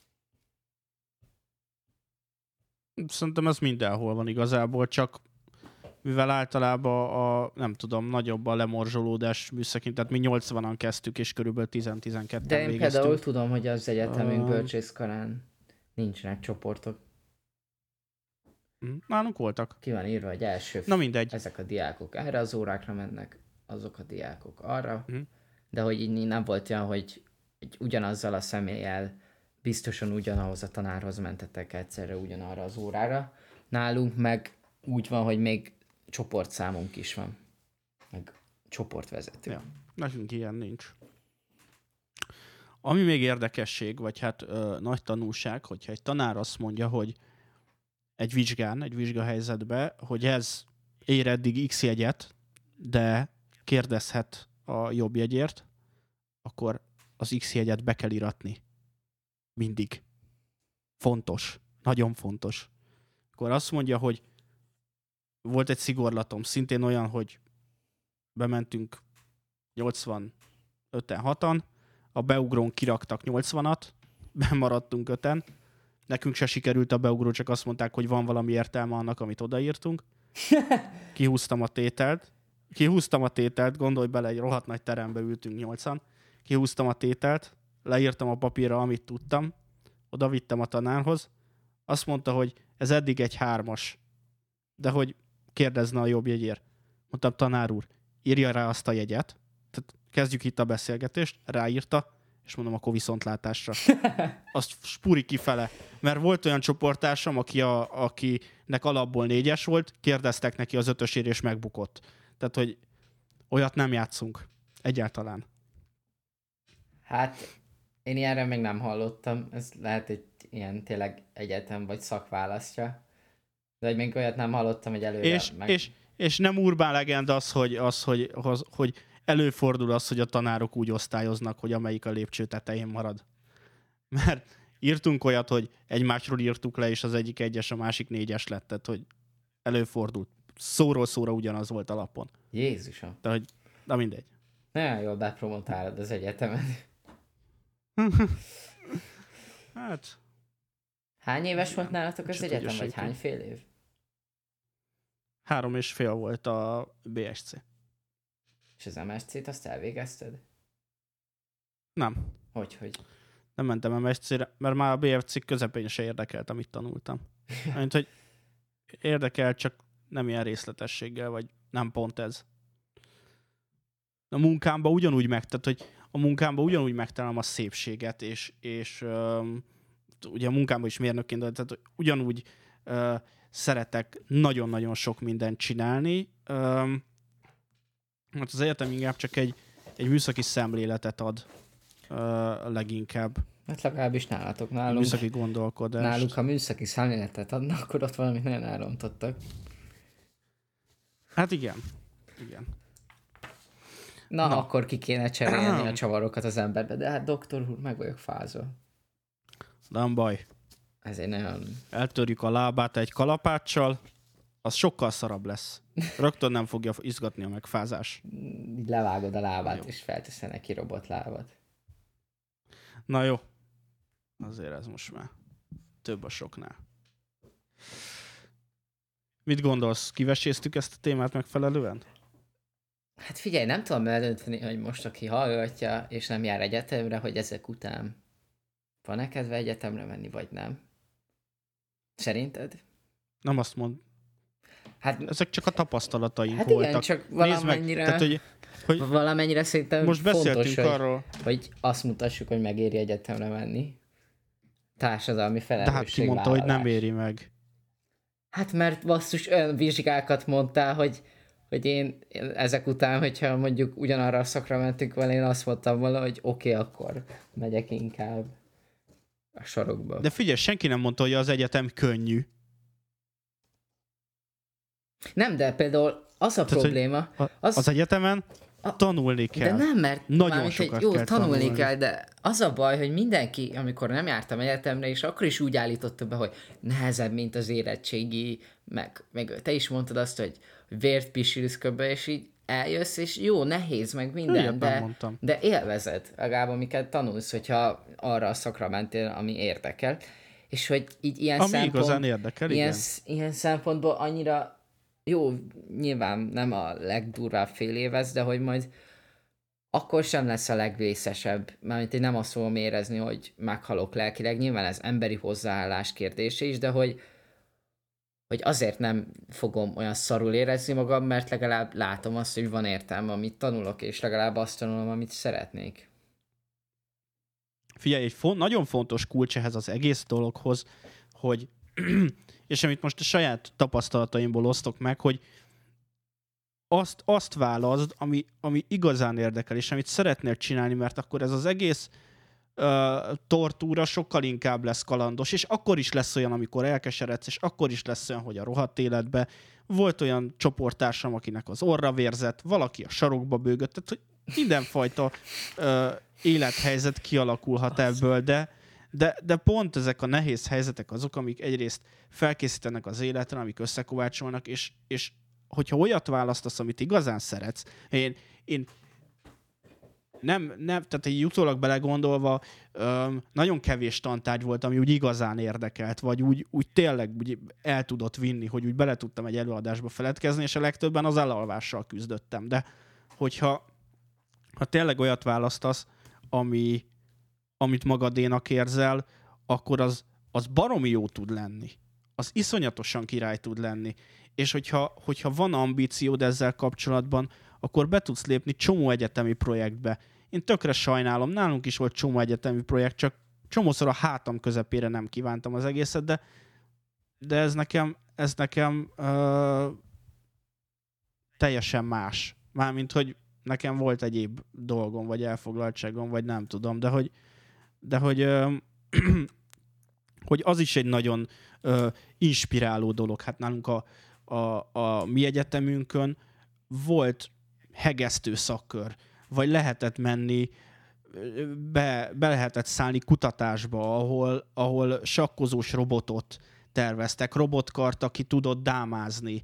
Szerintem ez mindenhol van igazából, csak mivel általában nem tudom, nagyobb a lemorzsolódás műszakint, tehát mi 80-an kezdtük, és körülbelül 10-12-en végeztünk. De én például tudom, hogy az egyetemünk bölcsészkarán nincsenek csoportok. Nálunk voltak. Ki van írva, hogy első. Na mindegy. Ezek a diákok erre az órákra mennek, azok a diákok arra. De hogy így nem volt olyan, hogy ugyanazzal a személlyel biztosan ugyanahoz a tanárhoz mentetek egyszerre ugyanarra az órára. Nálunk meg úgy van, hogy még csoportszámunk is van. Meg csoportvezető. Ja, nekünk ilyen nincs. Ami még érdekesség, vagy hát nagy tanulság, hogyha egy tanár azt mondja, hogy egy vizsgahelyzetben, hogy ez ér eddig X jegyet, de kérdezhet a jobb jegyért, akkor az X jegyet be kell iratni. Mindig. Fontos. Nagyon fontos. Akkor azt mondja, hogy volt egy szigorlatom, szintén olyan, hogy bementünk 85-en, 6-an, a beugrón kiraktak 80-at, bemaradtunk 5-en, nekünk se sikerült a beugró, csak azt mondták, hogy van valami értelme annak, amit odaírtunk, Kihúztam a tételt, gondolj bele, egy rohadt nagy terembe ültünk 8-an. Kihúztam a tételt, leírtam a papírra, amit tudtam, oda vittem a tanárhoz. Azt mondta, hogy ez eddig egy 3-as, de hogy kérdezne a jobb jegyért. Mondtam, tanár úr, írja rá azt a jegyet, tehát kezdjük itt a beszélgetést, ráírta, és mondom, akkor viszontlátásra. Azt spúri kifele. Mert volt olyan csoporttársam, akinek alapból 4-es volt, kérdeztek neki az 5-ösért, és megbukott. Tehát, hogy olyat nem játszunk. Egyáltalán. Hát, én ilyenre még nem hallottam. Ez lehet egy ilyen tényleg egyetem vagy szakválasztja. De hogy még olyat nem hallottam, hogy előre és nem urbán legenda hogy előfordul az, hogy a tanárok úgy osztályoznak, hogy amelyik a lépcső tetején marad. Mert írtunk olyat, hogy egymásról írtuk le, és az egyik 1-es, a másik 4-es lett. Tehát, hogy előfordult. Szóról szóra ugyanaz volt alapon. Jézusom. De hogy, na mindegy. Nagyon jól bepromotálod az egyetemen. Hát... Hány éves volt nálatok az egyetem, vagy hány fél év? 3,5 volt a BSC. És az MSC-t azt elvégezted? Nem. Hogy? Nem mentem MSC-re, mert már a BFC közepén se érdekelt, amit tanultam. Mint, hogy érdekel, csak nem ilyen részletességgel, vagy nem pont ez. A munkámban ugyanúgy megtalálom a szépséget, és ugye a munkámban is mérnökként, tehát ugyanúgy szeretek nagyon-nagyon sok mindent csinálni. Hát az egyetem inkább csak egy műszaki szemléletet ad leginkább. Hát legalábbis nálunk. Műszaki gondolkodást. Náluk, ha műszaki szemléletet adnak, akkor ott valamit nagyon elrontottak. Hát igen. Na, akkor ki kéne cserélni a csavarokat az emberbe, de hát doktor úr, meg vagyok fázva. Nem baj. Ez egy nagyon... Eltörjük a lábát egy kalapáccsal, az sokkal szarabb lesz. Rögtön nem fogja izgatni a megfázás. Így levágod a lábát, és felteszel neki robotlábat. Na jó. Azért ez most már több a soknál. Mit gondolsz? Kiveséztük ezt a témát megfelelően? Hát figyelj, nem tudom eldönteni, hogy most aki hallgatja, és nem jár egyetemre, hogy ezek után van-e kedve egyetemre menni, vagy nem? Szerinted? Nem azt mond. Hát, ezek csak a tapasztalataink hát voltak. Igen, csak valamennyire, Tehát, hogy valamennyire szerintem most beszéltünk fontos, arról, hogy azt mutassuk, hogy megéri egyetemre menni. Társadalmi felelősség. De hát ki mondta, hogy nem éri meg. Hát mert basszus, olyan vizsgákat mondtál, hogy én ezek után, hogyha mondjuk ugyanarra a szakra mentünk volna, én azt mondtam volna, hogy oké, akkor megyek inkább a sarokba. De figyelj, senki nem mondta, hogy az egyetem könnyű. Nem, de például az a tehát, probléma... Az egyetemen tanulni kell. De nem, mert nagyon sokat jó, kell tanulni kell, de az a baj, hogy mindenki, amikor nem jártam egyetemre, és akkor is úgy állította be, hogy nehezebb, mint az érettségi, meg te is mondtad azt, hogy vért pisilsz köbbe, és így eljössz, és jó, nehéz, meg minden, de élvezed, legalább amiket tanulsz, hogyha arra a szakra mentél, ami érdekel. És hogy így ilyen igazán érdekel, ilyen szempontból annyira jó, nyilván nem a legdurvább fél évez, de hogy majd akkor sem lesz a legvészesebb. Mármint én nem azt fogom érezni, hogy meghalok lelkileg. Nyilván ez emberi hozzáállás kérdése is, de hogy azért nem fogom olyan szarul érezni magam, mert legalább látom azt, hogy van értelme, amit tanulok, és legalább azt tanulom, amit szeretnék. Figyelj, egy nagyon fontos kulcs ehhez az egész dologhoz, hogy és amit most a saját tapasztalataimból osztok meg, hogy azt válaszd, ami igazán érdekel, és amit szeretnél csinálni, mert akkor ez az egész tortúra sokkal inkább lesz kalandos, és akkor is lesz olyan, amikor elkeseredsz, és akkor is lesz olyan, hogy a rohadt életbe. Volt olyan csoporttársam, akinek az orra vérzett, valaki a sarokba bőgött, tehát hogy mindenfajta élethelyzet kialakulhat ebből, de pont ezek a nehéz helyzetek azok, amik egyrészt felkészítenek az életre, amik összekovácsolnak, és hogyha olyat választasz, amit igazán szeretsz, én tehát egy utólag belegondolva nagyon kevés tantárgy volt, ami úgy igazán érdekelt, vagy úgy tényleg úgy el tudott vinni, hogy úgy bele tudtam egy előadásba feledkezni, és a legtöbben az elalvással küzdöttem. De hogyha tényleg olyat választasz, amit magadénak érzel, akkor az baromi jó tud lenni. Az iszonyatosan király tud lenni. És hogyha van ambíciód ezzel kapcsolatban, akkor be tudsz lépni csomó egyetemi projektbe. Én tökre sajnálom, nálunk is volt csomó egyetemi projekt, csak csomószor a hátam közepére nem kívántam az egészet, de ez nekem teljesen más. Mármint, hogy nekem volt egyéb dolgom, vagy elfoglaltságom, vagy nem tudom, de hogy hogy az is egy nagyon inspiráló dolog. Hát nálunk a mi egyetemünkön volt hegesztő szakkör, vagy lehetett menni, be lehetett szállni kutatásba, ahol sakkozós robotot terveztek, robotkart, aki tudott dámázni.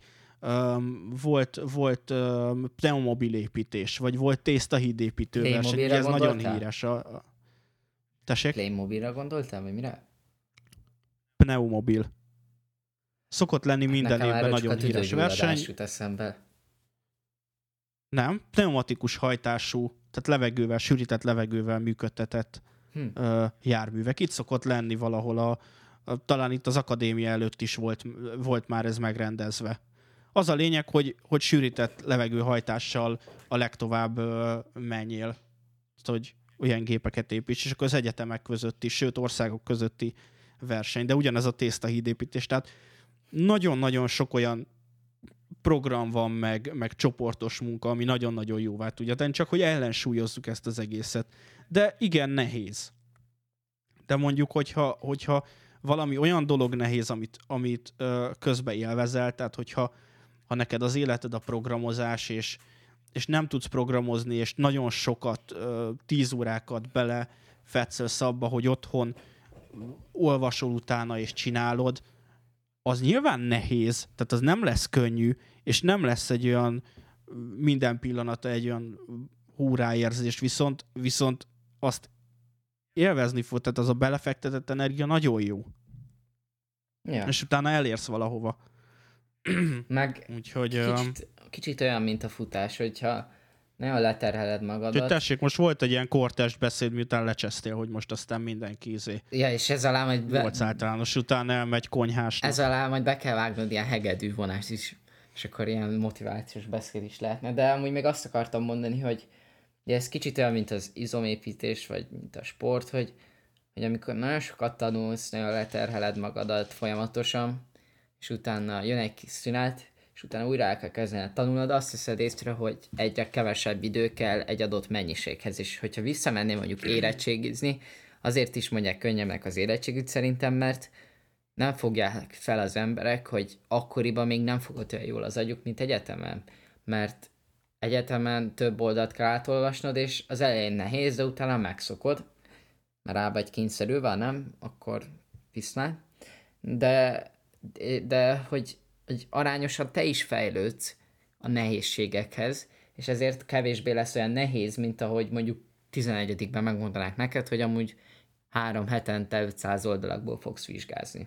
Volt pneumobil építés, vagy volt tésztahídépítőverseny, ugye ez nagyon híres. Tessék? Playmobilra gondoltál, vagy mire? Pneumobil. Szokott lenni minden évben nagyon híres verseny. Jut eszembe. Nem, pneumatikus hajtású, tehát levegővel, sűrített levegővel működtetett járművek. Itt szokott lenni valahol, talán itt az akadémia előtt is volt már ez megrendezve. Az a lényeg, hogy sűrített levegőhajtással a legtovább menjél, hogy olyan gépeket építs, és akkor az egyetemek közötti, sőt országok közötti verseny, de ugyanez a tésztahídépítés. Tehát nagyon-nagyon sok olyan program van, meg csoportos munka, ami nagyon-nagyon jóvá tudja tenni, csak hogy ellensúlyozzuk ezt az egészet. De igen, nehéz. De mondjuk, hogyha valami olyan dolog nehéz, amit közbe élvezel, tehát hogyha neked az életed a programozás, és nem tudsz programozni, és nagyon sokat, 10 órákat belefetszelsz abba, hogy otthon olvasol utána és csinálod, az nyilván nehéz, tehát az nem lesz könnyű, és nem lesz egy olyan minden pillanata egy olyan húráérzés, viszont azt élvezni fog, tehát az a belefektetett energia nagyon jó. Ja. És utána elérsz valahova. Meg úgyhogy, kicsit olyan, mint a futás, hogyha nagyon leterheled magadat. Úgyhogy tessék, most volt egy ilyen kortest beszéd, miután lecsesztél, hogy most aztán mindenki Ja, és ez alá majd... Volt általános, utána elmegy konyhásnak. Ez alá majd be kell vágnod ilyen hegedű vonást is, és akkor ilyen motivációs beszéd is lehetne. De amúgy még azt akartam mondani, hogy ez kicsit olyan, mint az izomépítés, vagy mint a sport, hogy amikor nagyon sokat tanulsz, nagyon leterheled magadat folyamatosan, és utána jön egy kis szünet, és utána újra el kell kezdeni tanulnod, azt hiszed észre, hogy egyre kevesebb idő kell egy adott mennyiséghez, és hogyha visszamennél mondjuk érettségizni, azért is mondják könnyebbnek az érettségit szerintem, mert nem fogják fel az emberek, hogy akkoriban még nem fogott olyan jól az agyuk, mint egyetemen, mert egyetemen több oldalt kell átolvasnod, és az elején nehéz, de utána megszokod, mert rá vagy kényszerülve, nem? Akkor viszlát. De hogy arányosan te is fejlődsz a nehézségekhez, és ezért kevésbé lesz olyan nehéz, mint ahogy mondjuk 11-ben megmondanák neked, hogy amúgy 3 hetente 500 oldalakból fogsz vizsgázni.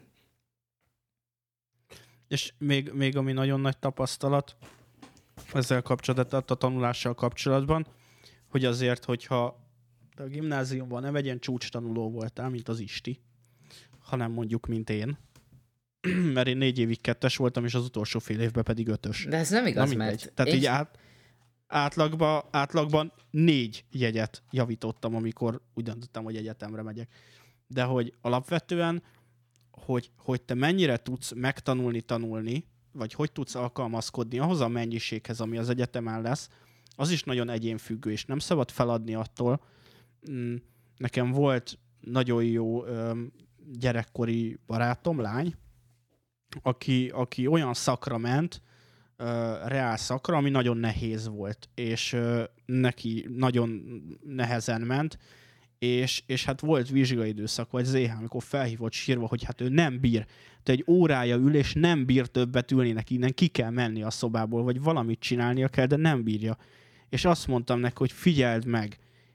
És még ami nagyon nagy tapasztalat ezzel kapcsolatban, a tanulással kapcsolatban, hogy azért, hogyha a gimnáziumban nem egy ilyen csúcstanuló voltál, mint az Isti, hanem mondjuk, mint én, mert én 4 évig 2-es voltam, és az utolsó fél évben pedig 5-ös. De ez nem igaz, mert... Tehát így átlagban 4 jegyet javítottam, amikor úgy döntöttem, hogy egyetemre megyek. De hogy alapvetően, hogy te mennyire tudsz tanulni, vagy hogy tudsz alkalmazkodni ahhoz a mennyiséghez, ami az egyetemen lesz, az is nagyon egyénfüggő, és nem szabad feladni attól. Nekem volt nagyon jó gyerekkori barátom, lány, aki olyan szakra ment, reál szakra, ami nagyon nehéz volt, és neki nagyon nehezen ment, és hát volt vizsgai időszak, vagy ZH, amikor felhívott sírva, hogy hát ő nem bír. Te egy órája ül, és nem bír többet ülni, neki innen ki kell menni a szobából, vagy valamit csinálnia kell, de nem bírja. És azt mondtam neki, hogy figyeld meg,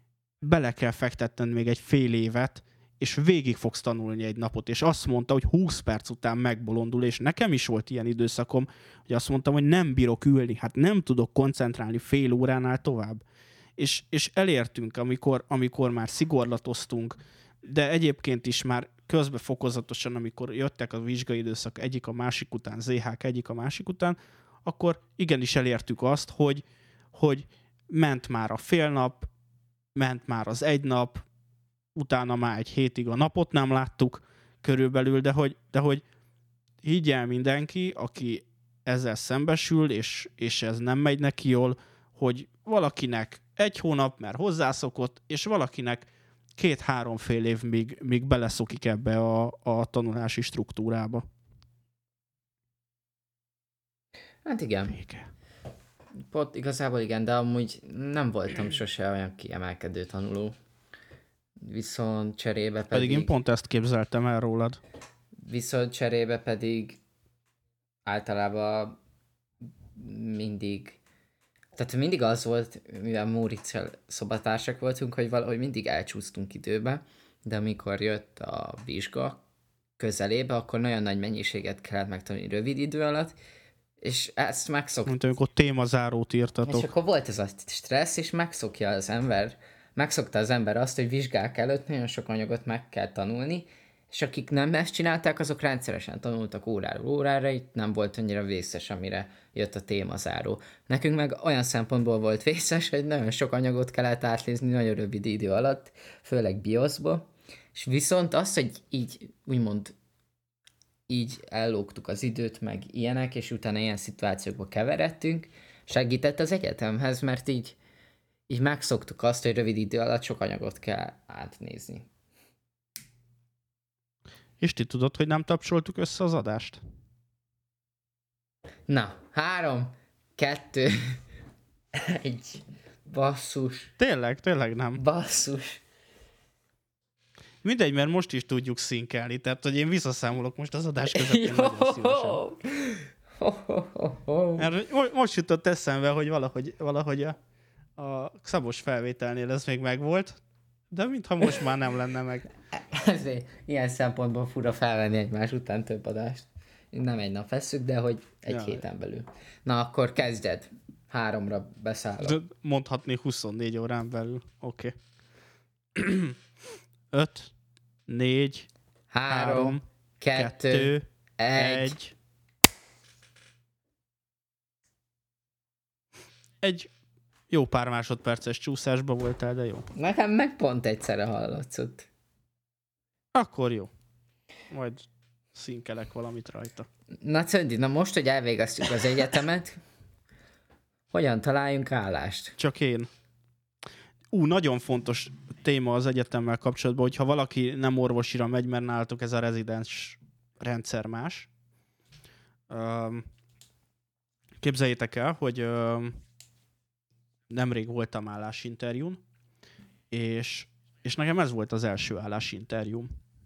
bele kell fektetned még egy fél évet, és végig fogsz tanulni egy napot, és azt mondta, hogy 20 perc után megbolondul, és nekem is volt ilyen időszakom, hogy azt mondtam, hogy nem bírok ülni, hát nem tudok koncentrálni fél óránál tovább. És elértünk, amikor már szigorlatoztunk, de egyébként is már közben fokozatosan, amikor jöttek a vizsgai időszak egyik a másik után, ZH-k egyik a másik után, akkor igenis elértük azt, hogy ment már a fél nap, ment már az egy nap, utána már egy hétig a napot nem láttuk körülbelül, de hogy higgyel mindenki, aki ezzel szembesül, és ez nem megy neki jól, hogy valakinek egy hónap, mert hozzászokott, és valakinek 2-3 fél év, míg beleszokik ebbe a tanulási struktúrába. Hát igen. Vége. Pont igazából igen, de amúgy nem voltam sose olyan kiemelkedő tanuló. Viszont cserébe Pedig én pont ezt képzeltem el rólad. Viszont cserébe pedig általában mindig... Tehát mindig az volt, mivel Móriczsal szobatársak voltunk, hogy valahogy mindig elcsúsztunk időbe, de amikor jött a vizsga közelébe, akkor nagyon nagy mennyiséget kellett megtanulni rövid idő alatt, és ezt megszokta. Mint amikor témazárót írtatok. És akkor volt ez a stressz, és megszokta az ember azt, hogy vizsgák előtt nagyon sok anyagot meg kell tanulni, és akik nem ezt csinálták, azok rendszeresen tanultak óráról órára, itt nem volt annyira vészes, amire jött a témazáró. Nekünk meg olyan szempontból volt vészes, hogy nagyon sok anyagot kellett átnézni nagyon rövid idő alatt, főleg bioszból, és viszont az, hogy így úgymond így ellógtuk az időt, meg ilyenek, és utána ilyen szituációkba keveredtünk, segített az egyetemhez, mert így megszoktuk azt, hogy rövid idő alatt sok anyagot kell átnézni. És ti tudod, hogy nem tapsoltuk össze az adást? Na, 3, 2, 1, basszus. Tényleg nem. Basszus. Mindegy, mert most is tudjuk szinkelni, tehát hogy én visszaszámolok most az adás között. Nagyon szívesen. Mert most jutott eszembe, hogy valahogy a Szabos felvételnél ez még megvolt, de mintha most már nem lenne meg. Ezért ilyen szempontból fura felvenni egymás után több adást. Nem egy nap vesszük, de hogy egy héten belül. Na, akkor kezdjed. 3-ra beszállok. Mondhatni 24 órán belül. Oké. 5, 4, 3, 2, 1. Egy jó pár másodperces csúszásba voltál, de jó. Nekem meg pont egyszerre hallatszott. Akkor jó. Majd színkelek valamit rajta. Na Czöndi, most, hogy elvégeztük az egyetemet, hogyan találjunk állást? Csak én. Nagyon fontos téma az egyetemmel kapcsolatban, hogyha valaki nem orvosira megy, mert nálatok ez a rezidens rendszer más. Képzeljétek el, hogy nemrég voltam állásinterjún, és nekem ez volt az első állásinterjúm.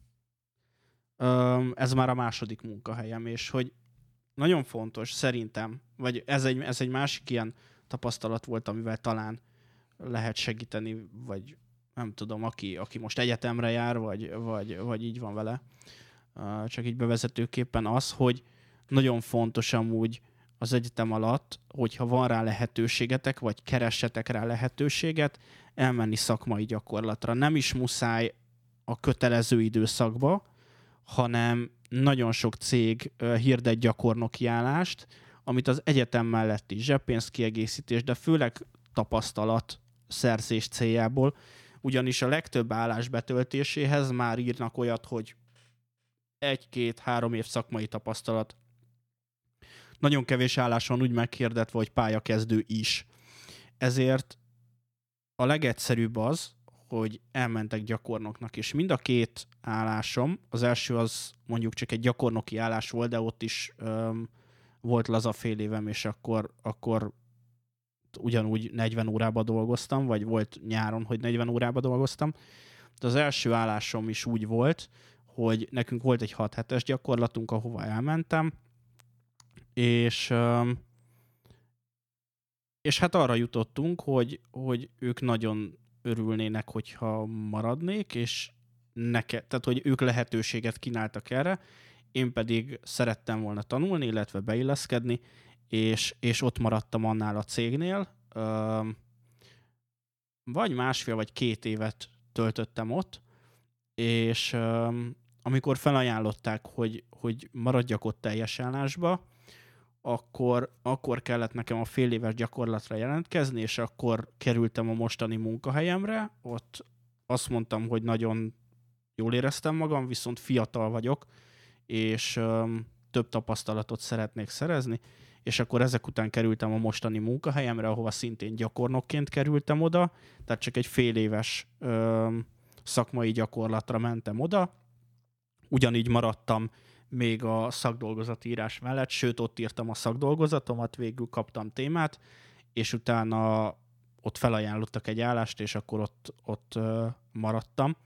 Ez már a második munkahelyem, és hogy nagyon fontos szerintem, vagy ez egy másik ilyen tapasztalat volt, amivel talán lehet segíteni, vagy nem tudom, aki most egyetemre jár, vagy így van vele. Csak így bevezetőképpen az, hogy nagyon fontos amúgy az egyetem alatt, hogyha van rá lehetőségetek, vagy keressetek rá lehetőséget, elmenni szakmai gyakorlatra. Nem is muszáj a kötelező időszakba, hanem nagyon sok cég hirdet gyakornoki állást, amit az egyetem mellett is zseppénzkiegészítés, de főleg tapasztalat szerzés céljából, ugyanis a legtöbb állás betöltéséhez már írnak olyat, hogy 1-2-3 év szakmai tapasztalat. Nagyon kevés állás van úgy meghirdetve, hogy pályakezdő is. Ezért a legegyszerűbb az, hogy elmentek gyakornoknak, és mind a két állásom, az első az mondjuk csak egy gyakornoki állás volt, de ott is volt laza fél évem, és akkor ugyanúgy 40 órába dolgoztam, vagy volt nyáron, hogy 40 órába dolgoztam. De az első állásom is úgy volt, hogy nekünk volt egy 6 hetes gyakorlatunk, ahova elmentem, és hát arra jutottunk, hogy ők nagyon örülnének, hogyha maradnék, és tehát hogy ők lehetőséget kínáltak erre, én pedig szerettem volna tanulni, illetve beilleszkedni, és ott maradtam annál a cégnél. Vagy másfél, vagy 2 évet töltöttem ott, és amikor felajánlották, hogy maradjak ott teljes állásba, akkor kellett nekem a fél éves gyakorlatra jelentkezni, és akkor kerültem a mostani munkahelyemre. Ott azt mondtam, hogy nagyon jól éreztem magam, viszont fiatal vagyok, és több tapasztalatot szeretnék szerezni, és akkor ezek után kerültem a mostani munkahelyemre, ahova szintén gyakornokként kerültem oda, tehát csak egy fél éves szakmai gyakorlatra mentem oda. Ugyanígy maradtam még a szakdolgozatírás mellett, sőt ott írtam a szakdolgozatomat, végül kaptam témát, és utána ott felajánlottak egy állást, és akkor ott maradtam.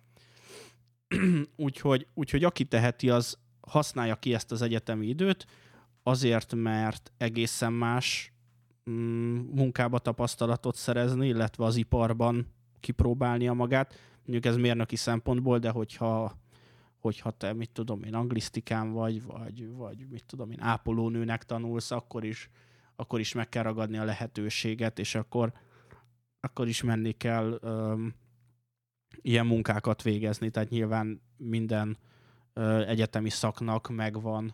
úgyhogy aki teheti, az használja ki ezt az egyetemi időt, azért, mert egészen más munkába tapasztalatot szerezni, illetve az iparban kipróbálnia magát. Mondjuk ez mérnöki szempontból, de hogyha te, mit tudom én, anglisztikán vagy mit tudom én, ápolónőnek tanulsz, akkor is meg kell ragadni a lehetőséget, és akkor is menni kell ilyen munkákat végezni. Tehát nyilván minden egyetemi szaknak megvan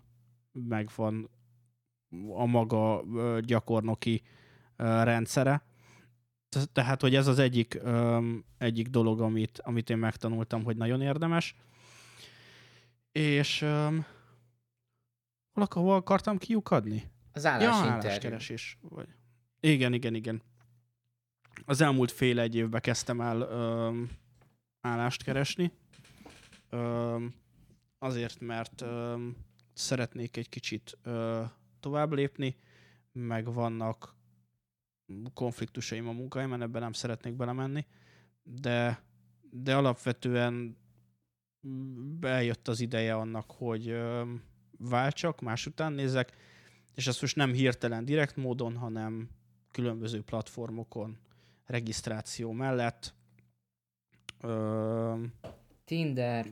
a maga gyakornoki rendszere. Tehát, hogy ez az egyik dolog, amit én megtanultam, hogy nagyon érdemes. És hol akartam kiukadni? Az állásinterjú. Álláskeresés. Igen. Az elmúlt fél-egy évben kezdtem el állást keresni. Azért, mert szeretnék egy kicsit tovább lépni, meg vannak konfliktusaim a munkahelyemen, ebben nem szeretnék belemenni, de alapvetően eljött az ideje annak, hogy váltsak, más után nézek, és ezt most nem hirtelen direkt módon, hanem különböző platformokon, regisztráció mellett. Tinder.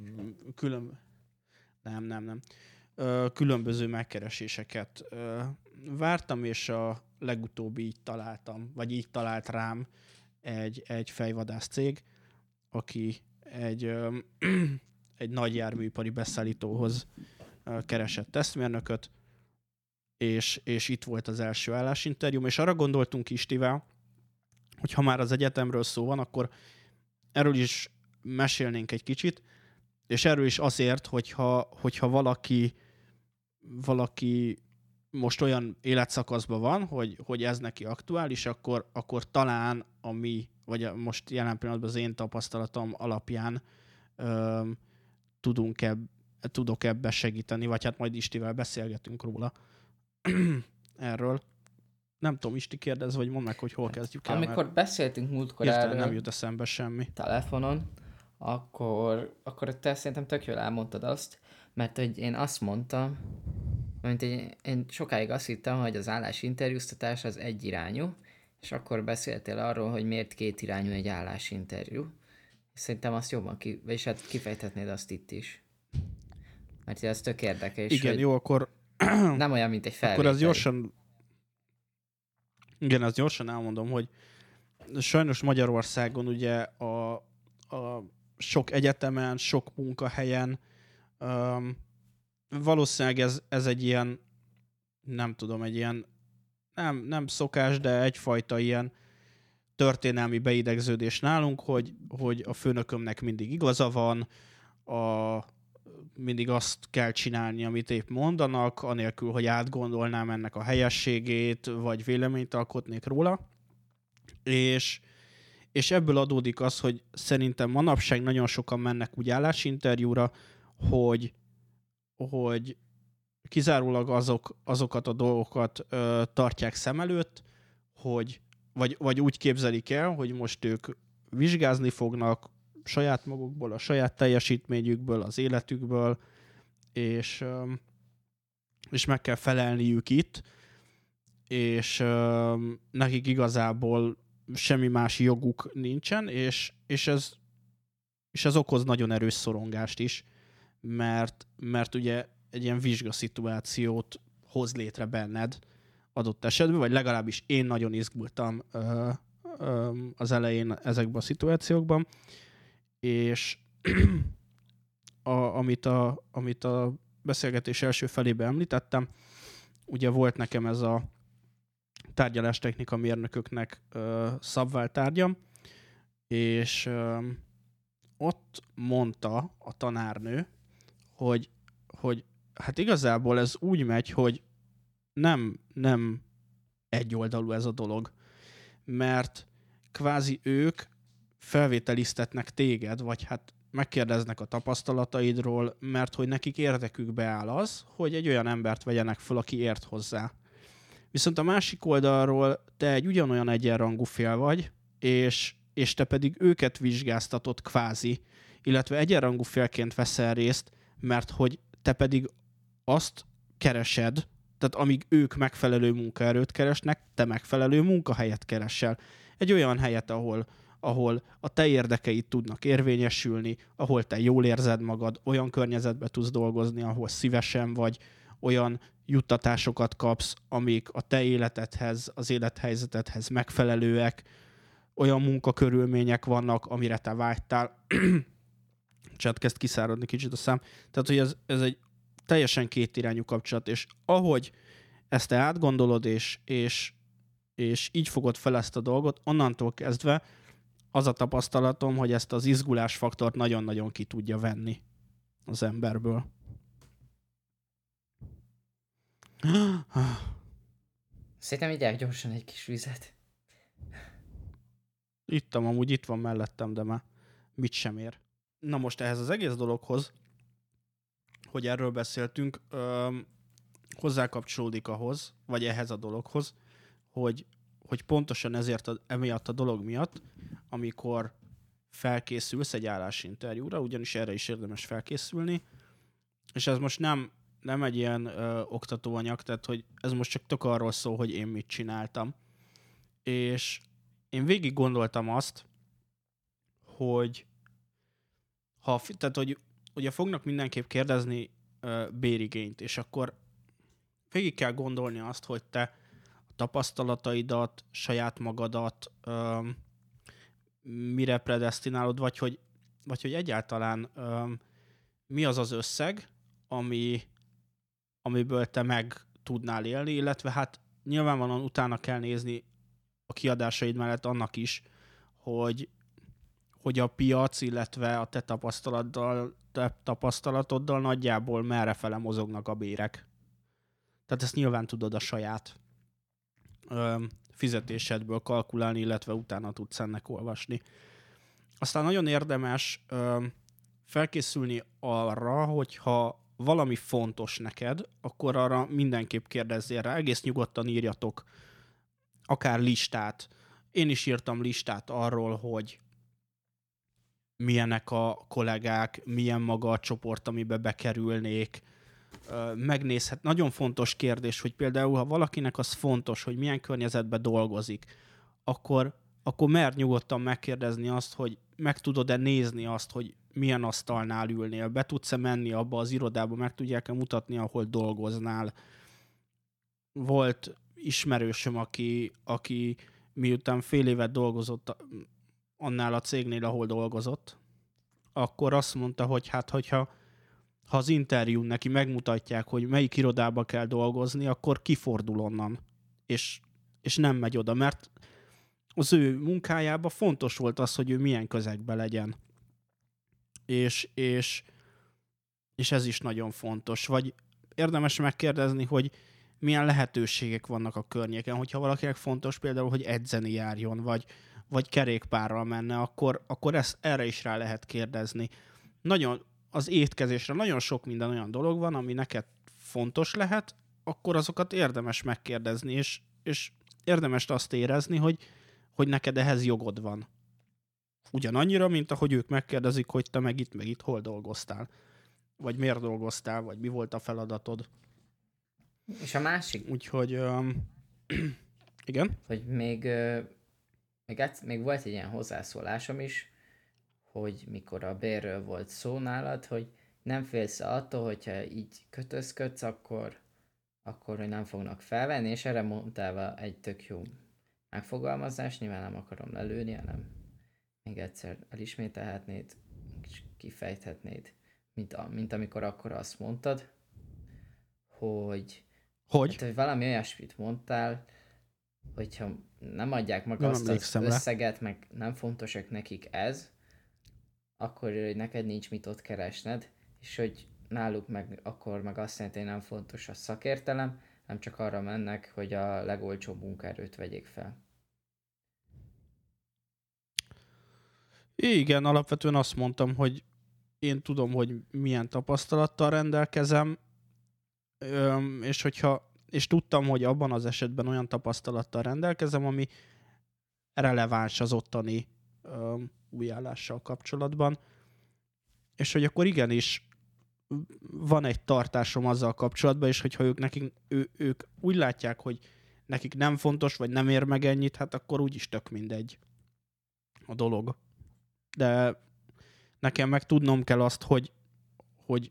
Nem. Különböző megkereséseket vártam, és a legutóbbi így talált rám egy fejvadász cég, aki egy nagy járműipari beszállítóhoz keresett tesztmérnököt, és itt volt az első állásinterjúm, és arra gondoltunk Istivel, hogy ha már az egyetemről szó van, akkor erről is mesélnénk egy kicsit, és erről is azért, hogyha valaki most olyan életszakaszban van, hogy ez neki aktuális, akkor talán vagy most jelen pillanatban az én tapasztalatom alapján tudok ebbe segíteni, vagy hát majd Istivel beszélgetünk róla erről. Nem tudom, Isti kérdez, vagy mondd meg, hogy hol kezdjük el. Amikor beszéltünk múltkor erről, nem jut eszembe semmi. Telefonon, akkor te szerintem tök jól elmondtad azt, mert hogy én azt mondtam, én sokáig azt hittem, hogy az állásinterjúztatás az egyirányú, és akkor beszéltél arról, hogy miért kétirányú egy állásinterjú. És szerintem azt jobban és hát kifejthetnéd azt itt is. Mert ez tök érdekes. Igen, jó, akkor... Nem olyan, mint egy felvétel. Akkor az gyorsan elmondom, hogy sajnos Magyarországon ugye a sok egyetemen, sok munkahelyen valószínűleg ez egy ilyen, nem tudom, egy ilyen nem szokás, de egyfajta ilyen történelmi beidegződés nálunk, hogy a főnökömnek mindig igaza van, mindig azt kell csinálni, amit épp mondanak, anélkül, hogy átgondolnám ennek a helyességét, vagy véleményt alkotnék róla. És ebből adódik az, hogy szerintem manapság nagyon sokan mennek úgy állásinterjúra, hogy kizárólag azokat a dolgokat tartják szem előtt, vagy úgy képzelik el, hogy most ők vizsgázni fognak saját magukból, a saját teljesítményükből, az életükből, és meg kell felelniük itt, és nekik igazából semmi más joguk nincsen, és ez okoz nagyon erős szorongást is, mert ugye egy ilyen vizsgaszituációt hoz létre benned adott esetben, vagy legalábbis én nagyon izgultam az elején ezekben a szituációkban, és amit a beszélgetés első felében említettem, ugye volt nekem ez a tárgyalástechnika mérnököknek szabványtárgyam, és ott mondta a tanárnő, hogy hát igazából ez úgy megy, hogy nem egyoldalú ez a dolog, mert kvázi ők felvételiztetnek téged, vagy hát megkérdeznek a tapasztalataidról, mert hogy nekik érdekükbe áll az, hogy egy olyan embert vegyenek fel, aki ért hozzá. Viszont a másik oldalról te egy ugyanolyan egyenrangú fél vagy, és te pedig őket vizsgáztatod kvázi, illetve egyenrangú félként veszel részt, mert hogy te pedig azt keresed, tehát amíg ők megfelelő munkaerőt keresnek, te megfelelő munkahelyet keresel. Egy olyan helyet, ahol a te érdekeid tudnak érvényesülni, ahol te jól érzed magad, olyan környezetben tudsz dolgozni, ahol szívesen vagy, olyan juttatásokat kapsz, amik a te életedhez, az élethelyzetedhez megfelelőek, olyan munkakörülmények vannak, amire te vágytál. Csát kezd kiszáradni kicsit a szám. Tehát, hogy ez egy teljesen kétirányú kapcsolat, és ahogy ezt te átgondolod, és így fogod fel ezt a dolgot, onnantól kezdve az a tapasztalatom, hogy ezt az izgulásfaktort nagyon-nagyon ki tudja venni az emberből. Szerintem igyák gyorsan egy kis vizet. Ittam, amúgy itt van mellettem, de már mit sem ér. Na most ehhez az egész dologhoz, hogy erről beszéltünk, hozzákapcsolódik ahhoz, vagy ehhez a dologhoz, hogy pontosan emiatt a dolog miatt, amikor felkészülsz egy állásinterjúra, ugyanis erre is érdemes felkészülni, és ez most nem egy ilyen oktatóanyag, tehát hogy ez most csak tök arról szól, hogy én mit csináltam. És én végig gondoltam azt, hogy tehát, hogy ugye fognak mindenképp kérdezni bérigényt, és akkor végig kell gondolni azt, hogy te a tapasztalataidat, saját magadat mire predesztinálod, vagy hogy egyáltalán mi az az összeg, amiből te meg tudnál élni, illetve hát nyilvánvalóan utána kell nézni a kiadásaid mellett annak is, hogy a piac, illetve a te tapasztalatoddal nagyjából merrefele mozognak a bérek. Tehát ezt nyilván tudod a saját fizetésedből kalkulálni, illetve utána tudsz ennek olvasni. Aztán nagyon érdemes felkészülni arra, hogyha valami fontos neked, akkor arra mindenképp kérdezzél rá, egész nyugodtan írjatok akár listát. Én is írtam listát arról, hogy milyenek a kollégák, milyen maga a csoport, amibe bekerülnék. Megnézhet. Nagyon fontos kérdés, hogy például, ha valakinek az fontos, hogy milyen környezetben dolgozik, akkor mer nyugodtan megkérdezni azt, hogy meg tudod-e nézni azt, hogy milyen asztalnál ülnél, be tudsz-e menni abba az irodába, meg tudják-e mutatni, ahol dolgoznál. Volt ismerősöm, aki miután fél évet dolgozott annál a cégnél, ahol dolgozott, akkor azt mondta, hogy hát, hogyha az interjún neki megmutatják, hogy melyik irodába kell dolgozni, akkor kifordul onnan, és nem megy oda, mert az ő munkájában fontos volt az, hogy ő milyen közegben legyen. És ez is nagyon fontos. Vagy érdemes megkérdezni, hogy milyen lehetőségek vannak a környéken. Hogyha valakinek fontos például, hogy edzeni járjon, vagy kerékpárral menne, akkor erre is rá lehet kérdezni. Nagyon az étkezésre nagyon sok minden olyan dolog van, ami neked fontos lehet, akkor azokat érdemes megkérdezni, és érdemes azt érezni, hogy neked ehhez jogod van. Ugyanannyira, mint ahogy ők megkérdezik, hogy te meg itt hol dolgoztál. Vagy miért dolgoztál, vagy mi volt a feladatod. És a másik? Úgyhogy igen? Hogy még még volt egy ilyen hozzászólásom is, hogy mikor a bérről volt szó nálad, hogy nem félsz attól, hogyha így kötözködsz, akkor hogy nem fognak felvenni, és erre mondtál egy tök jó megfogalmazás, nyilván nem akarom lelőni, hanem még egyszer elismételhetnéd, és kifejthetnéd, mint amikor akkor azt mondtad, hogy hogy valami olyasmit mondtál, hogyha nem adják meg azt az összeget, meg nem fontosak nekik ez, akkor hogy neked nincs mit ott keresned, és hogy náluk meg akkor meg azt jelenti, hogy nem fontos a szakértelem, nem csak arra mennek, hogy a legolcsóbb munkaerőt vegyék fel. Igen, alapvetően azt mondtam, hogy én tudom, hogy milyen tapasztalattal rendelkezem, és tudtam, hogy abban az esetben olyan tapasztalattal rendelkezem, ami releváns az ottani új állással kapcsolatban. És hogy akkor igenis van egy tartásom azzal kapcsolatban, és hogyha ők úgy látják, hogy nekik nem fontos, vagy nem ér meg ennyit, hát akkor úgyis tök mindegy a dolog. De nekem meg tudnom kell azt, hogy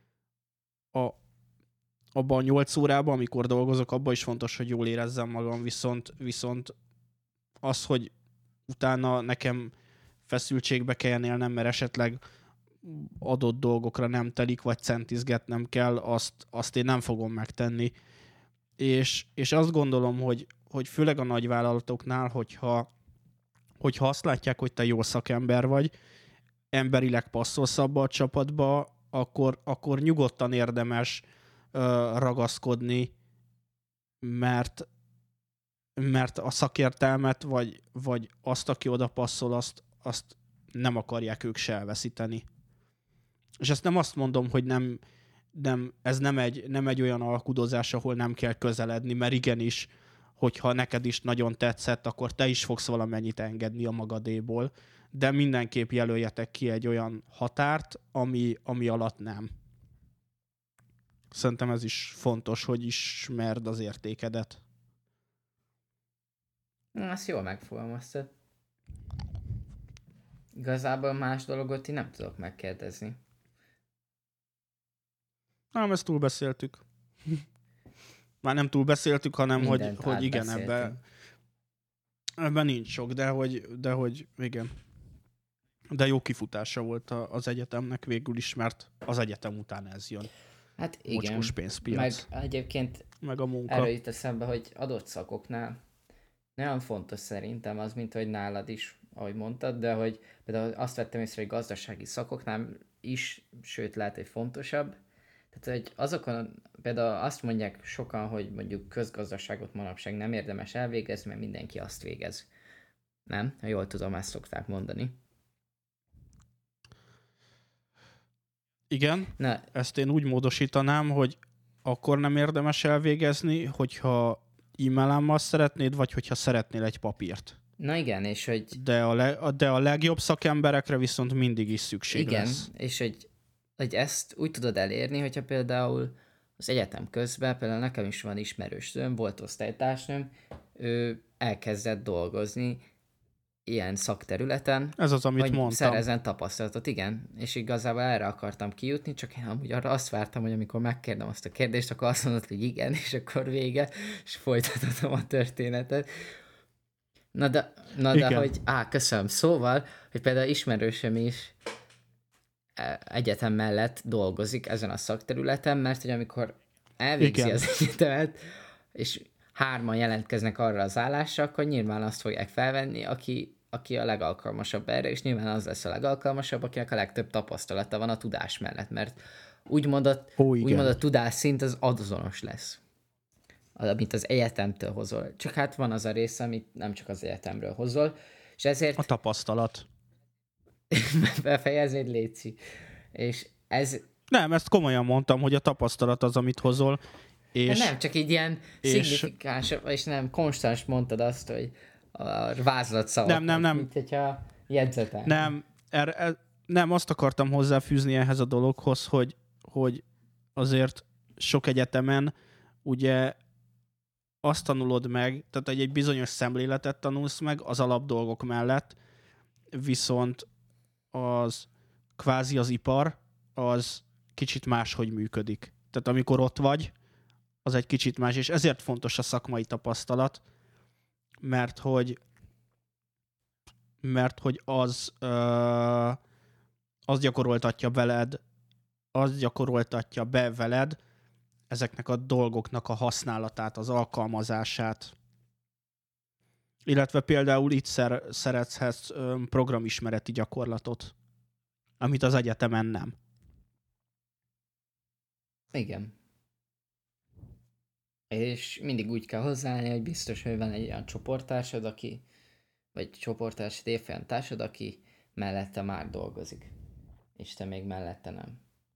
abban a 8 órában, amikor dolgozok, abban is fontos, hogy jól érezzem magam, viszont az, hogy utána nekem feszültségbe kelljen élnem, mert esetleg adott dolgokra nem telik, vagy centizgetnem kell, azt én nem fogom megtenni. És azt gondolom, hogy főleg a nagyvállalatoknál, hogyha azt látják, hogy te jó szakember vagy, emberileg passzolsz abba a csapatba, akkor nyugodtan érdemes ragaszkodni, mert a szakértelmet, vagy azt, aki oda passzol, azt nem akarják ők se elveszíteni. És ezt nem azt mondom, hogy ez nem egy olyan alkudozás, ahol nem kell közeledni, mert igenis, hogyha neked is nagyon tetszett, akkor te is fogsz valamennyit engedni a magadéból, de mindenképp jelöljetek ki egy olyan határt, ami alatt nem. Szerintem ez is fontos, hogy ismerd az értékedet. Azt jól megfogalmaztad. Igazából más dolgot én nem tudok megkérdezni. Nem, ezt túlbeszéltük. Már nem túlbeszéltük, hanem hogy igen, ebben nincs sok, de hogy igen. De jó kifutása volt az egyetemnek végül is, mert az egyetem után ez jön. Hát igen. Mocskos pénzpiac. Meg egyébként meg a munka. Erről jut eszembe, hogy adott szakoknál nagyon fontos szerintem az, mint hogy nálad is, ahogy mondtad, de hogy például azt vettem észre, hogy gazdasági szakoknál is, sőt lehet, hogy fontosabb. Tehát, hogy azokon például azt mondják sokan, hogy mondjuk közgazdaságot manapság nem érdemes elvégezni, mert mindenki azt végez. Nem? Ha jól tudom, ezt szokták mondani. Igen, ezt én úgy módosítanám, hogy akkor nem érdemes elvégezni, hogyha e-mailámmal szeretnéd, vagy hogyha szeretnél egy papírt. Na igen, és hogy... De a legjobb szakemberekre viszont mindig is szükség lesz. Igen, és hogy ezt úgy tudod elérni, hogyha például az egyetem közben, például nekem is van ismerősöm, volt osztálytársnőm, ő elkezdett dolgozni ilyen szakterületen, ez az, amit mondtam. Szerezzen tapasztalatot, igen. És igazából erre akartam kijutni, csak én amúgy arra azt vártam, hogy amikor megkérdem azt a kérdést, akkor azt mondod, hogy igen, és akkor vége, és folytathatom a történetet. Na de hogy, köszönöm. Szóval, hogy például ismerősöm is egyetem mellett dolgozik ezen a szakterületen, mert hogy amikor elvégzi az egyetemet, és 3 jelentkeznek arra az állásra, akkor nyilván azt fogják felvenni, aki a legalkalmasabb erre, és nyilván az lesz a legalkalmasabb, akinek a legtöbb tapasztalata van a tudás mellett, mert úgymond a tudás szint az azonos lesz, amit az egyetemtől hozol. Csak hát van az a része, amit nem csak az egyetemről hozol, és ezért... A tapasztalat. Befejeznéd, léci. És ez... Nem, ezt komolyan mondtam, hogy a tapasztalat az, amit hozol, és... Nem, csak így ilyen szignifikáns, és nem, konstans mondtad azt, hogy a vázlatszavak. Nem. Mint hogyha jegyzetel. Nem, azt akartam hozzáfűzni ehhez a dologhoz, hogy azért sok egyetemen ugye azt tanulod meg, tehát egy bizonyos szemléletet tanulsz meg az alapdolgok mellett, viszont az kvázi az ipar, az kicsit máshogy működik. Tehát amikor ott vagy, az egy kicsit más, és ezért fontos a szakmai tapasztalat, mert hogy az gyakoroltatja be veled ezeknek a dolgoknak a használatát, az alkalmazását. Illetve például itt szerezhetsz programismereti gyakorlatot, amit az egyetemen nem. Igen. És mindig úgy kell hozzáállni, hogy biztos, hogy van egy olyan csoporttársad, vagy csoporttársad, évfolyam társad, aki mellette már dolgozik. És te még mellette nem.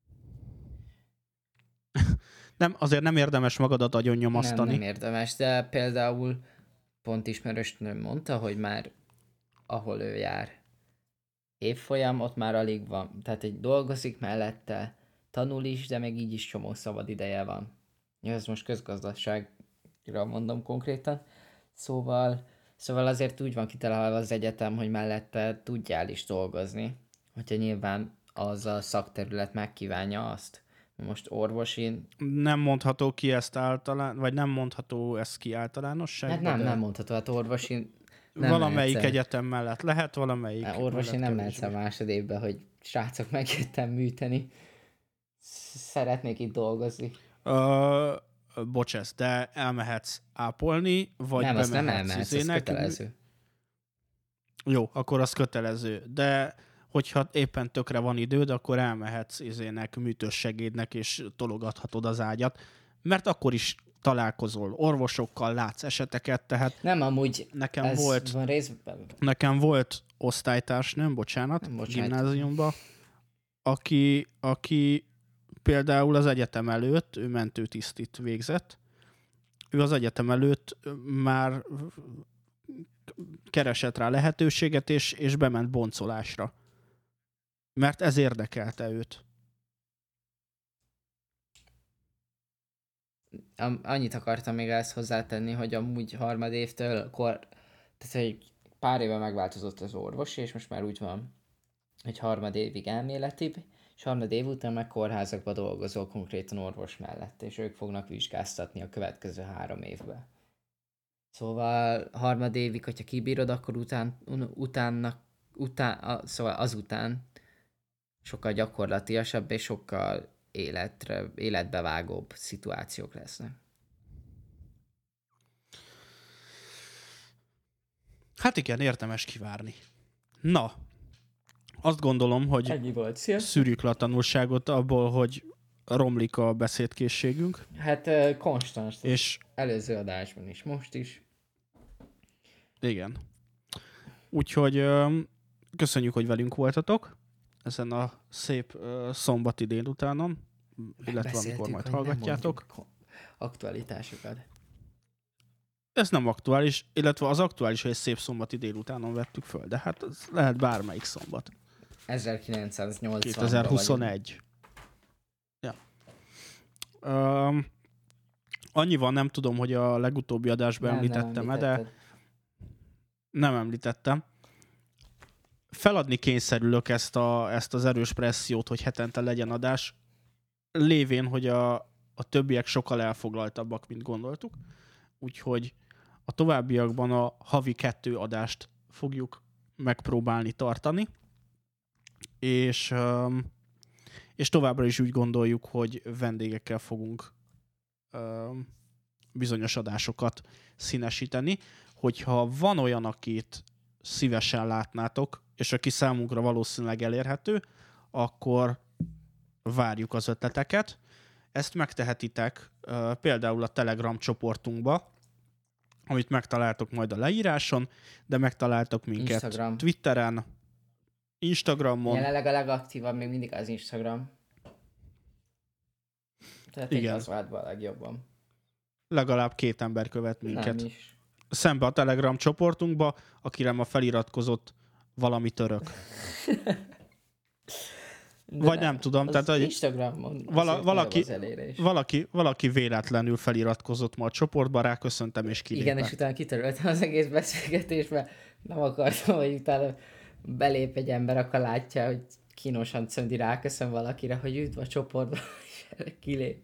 Nem, azért nem érdemes magadat agyon nyomasztani. Nem érdemes, de például pont ismerősnőm mondta, hogy már ahol ő jár évfolyam, ott már alig van. Tehát egy dolgozik mellette, tanul is, de meg így is csomó szabad ideje van. Ja, ez most közgazdaságra mondom konkrétan. Szóval azért úgy van kitalálva az egyetem, hogy mellette tudjál is dolgozni. Hogyha nyilván az a szakterület megkívánja azt. Most orvosi... Nem mondható ki ezt vagy nem mondható ezt ki általánosságban? Hát nem mondható, hát orvosi... Valamelyik egyetem mellett lehet, valamelyik orvosi nem lehetsz a másodévben, hogy srácok, megjöttem műteni. Szeretnék itt dolgozni. Bocsász, de elmehetsz ápolni, vagy nem, azt nem bemehetsz elmehetsz, ez kötelező. Jó, akkor az kötelező. De hogyha éppen tökre van időd, akkor elmehetsz műtős segédnek, és tologathatod az ágyat, mert akkor is találkozol orvosokkal, látsz eseteket, tehát nem, amúgy nekem volt, van részben. Nekem volt osztálytársnőm, bocsánat, gimnáziumban, aki például az egyetem előtt, ő mentőtisztit végzett, ő az egyetem előtt már keresett rá lehetőséget, és bement boncolásra. Mert ez érdekelte őt. Annyit akartam még ezt hozzátenni, hogy amúgy harmadévtől, tehát egy pár éve megváltozott az orvosi, és most már úgy van, hogy harmadévig elméletibb, és harmadév után meg kórházakba dolgozol konkrétan orvos mellett, és ők fognak vizsgáztatni a következő 3 évben. Szóval harmadévig, hogyha kibírod, akkor szóval azután sokkal gyakorlatiasabb és sokkal életbevágóbb szituációk lesznek. Hát igen, érdemes kivárni. Na, azt gondolom, hogy ennyi volt. szűrjük le a tanulságot abból, hogy romlik a beszédkészségünk. Hát konstans. És előző adásban is, most is. Igen. Úgyhogy köszönjük, hogy velünk voltatok ezen a szép szombati délutánon, illetve amikor majd hallgatjátok. Aktualitásokat. Ez nem aktuális, illetve az aktuális, hogy egy szép szombati délutánon vettük föl, de hát ez lehet bármelyik szombat. 1980. 2021. Ja. Annyi van, nem tudom, hogy a legutóbbi adásban említettem-e, de nem említettem. Feladni kényszerülök ezt az erős pressziót, hogy hetente legyen adás, lévén, hogy a többiek sokkal elfoglaltabbak, mint gondoltuk. Úgyhogy a továbbiakban a havi 2 adást fogjuk megpróbálni tartani, és továbbra is úgy gondoljuk, hogy vendégekkel fogunk bizonyos adásokat színesíteni. Hogyha van olyan, akit szívesen látnátok, és aki számunkra valószínűleg elérhető, akkor várjuk az ötleteket. Ezt megtehetitek például a Telegram csoportunkba, amit megtaláltok majd a leíráson, de megtaláltok minket Twitteren, Instagramon. Jelenleg a legaktívabb még mindig az Instagram. Tehát igen. Az vált be a legjobban. Legalább 2 ember követ minket. Nem is. Szembe a Telegram csoportunkba, akire ma feliratkozott valami török. vagy nem tudom. Tehát, hogy Instagramon valaki véletlenül feliratkozott ma a csoportba, ráköszöntem és kilépett. Igen, és utána kitöröltem az egész beszélgetésbe. Nem akartam, hogy utána belép egy ember, akkor látja, hogy kínosan Cöndi ráköszön valakire, hogy üdv a csoportba, és kilép.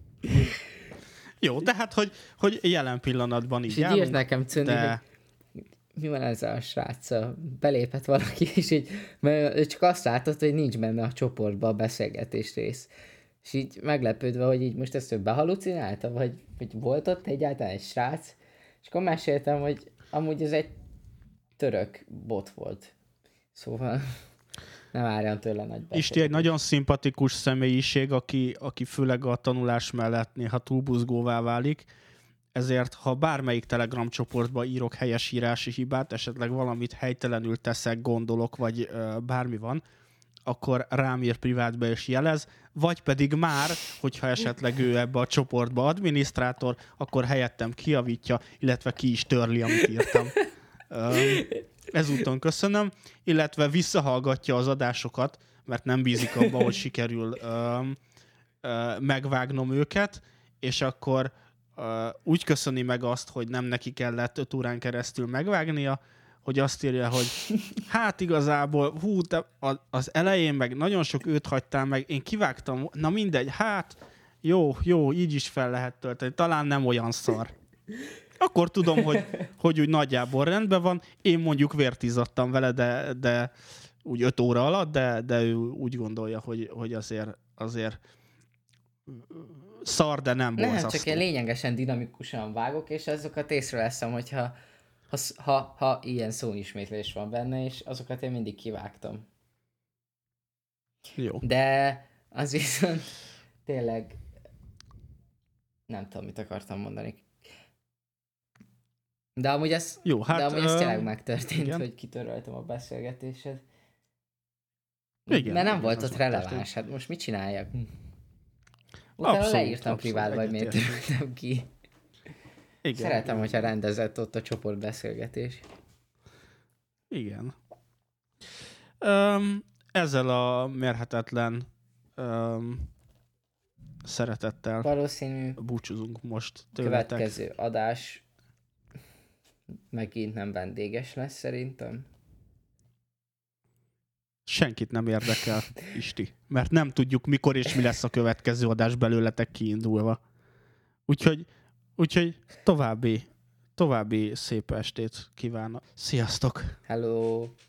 Jó, tehát, hogy jelen pillanatban így állunk. És írt nekem Cöndi, de... hogy mi van ezzel a sráccal? Belépett valaki, és így, mert ő csak azt látott, hogy nincs benne a csoportba a beszélgetés rész. És így meglepődve, hogy így most ezt ő behalucinálta, vagy volt ott egyáltalán egy srác, és akkor meséltem, hogy amúgy ez egy török bot volt. Szóval nem várjam tőle nagy beszélgetést. Isti egy nagyon szimpatikus személyiség, aki főleg a tanulás mellett néha túlbuzgóvá válik, ezért ha bármelyik Telegram csoportba írok helyesírási hibát, esetleg valamit helytelenül teszek, gondolok, vagy bármi van, akkor rám ír privátba és jelez, vagy pedig már, hogyha esetleg ő ebbe a csoportba adminisztrátor, akkor helyettem kijavítja, illetve ki is törli, amit írtam. Ezúton köszönöm, illetve visszahallgatja az adásokat, mert nem bízik abban, hogy sikerül megvágnom őket, és akkor úgy köszöni meg azt, hogy nem neki kellett 5 órán keresztül megvágnia, hogy azt írja, hogy hát igazából, az elején meg nagyon sok őt hagytál meg, én kivágtam, na mindegy, hát jó, így is fel lehet tölteni, talán nem olyan szar. Akkor tudom, hogy úgy nagyjából rendben van, én mondjuk vért izzadtam vele, de úgy 5 óra alatt, de ő úgy gondolja, hogy azért szar, de nem borzasztó. Nem, csak én lényegesen dinamikusan vágok, és azokat észreveszem, hogyha ha ilyen szóismétlés van benne, és azokat én mindig kivágtam. Jó. De az viszont tényleg nem tudom, mit akartam mondani. De amúgy ez, jó, hát, ez tényleg megtörtént, igen. hogy kitöröltem a beszélgetésed. Igen, mert nem volt ott releváns, hát most mit csináljak? Utána leírtam privátba, hogy miért töröltem ki. Igen, szeretem, hogyha rendezett ott a csoportbeszélgetés. Igen. Ezzel a mérhetetlen szeretettel valószínű búcsúzunk most tőletek. Következő adás megint nem vendéges lesz szerintem. Senkit nem érdekel, Isti. Mert nem tudjuk, mikor és mi lesz a következő adás belőletek kiindulva. Úgyhogy további szép estét kívánok. Sziasztok! Hello!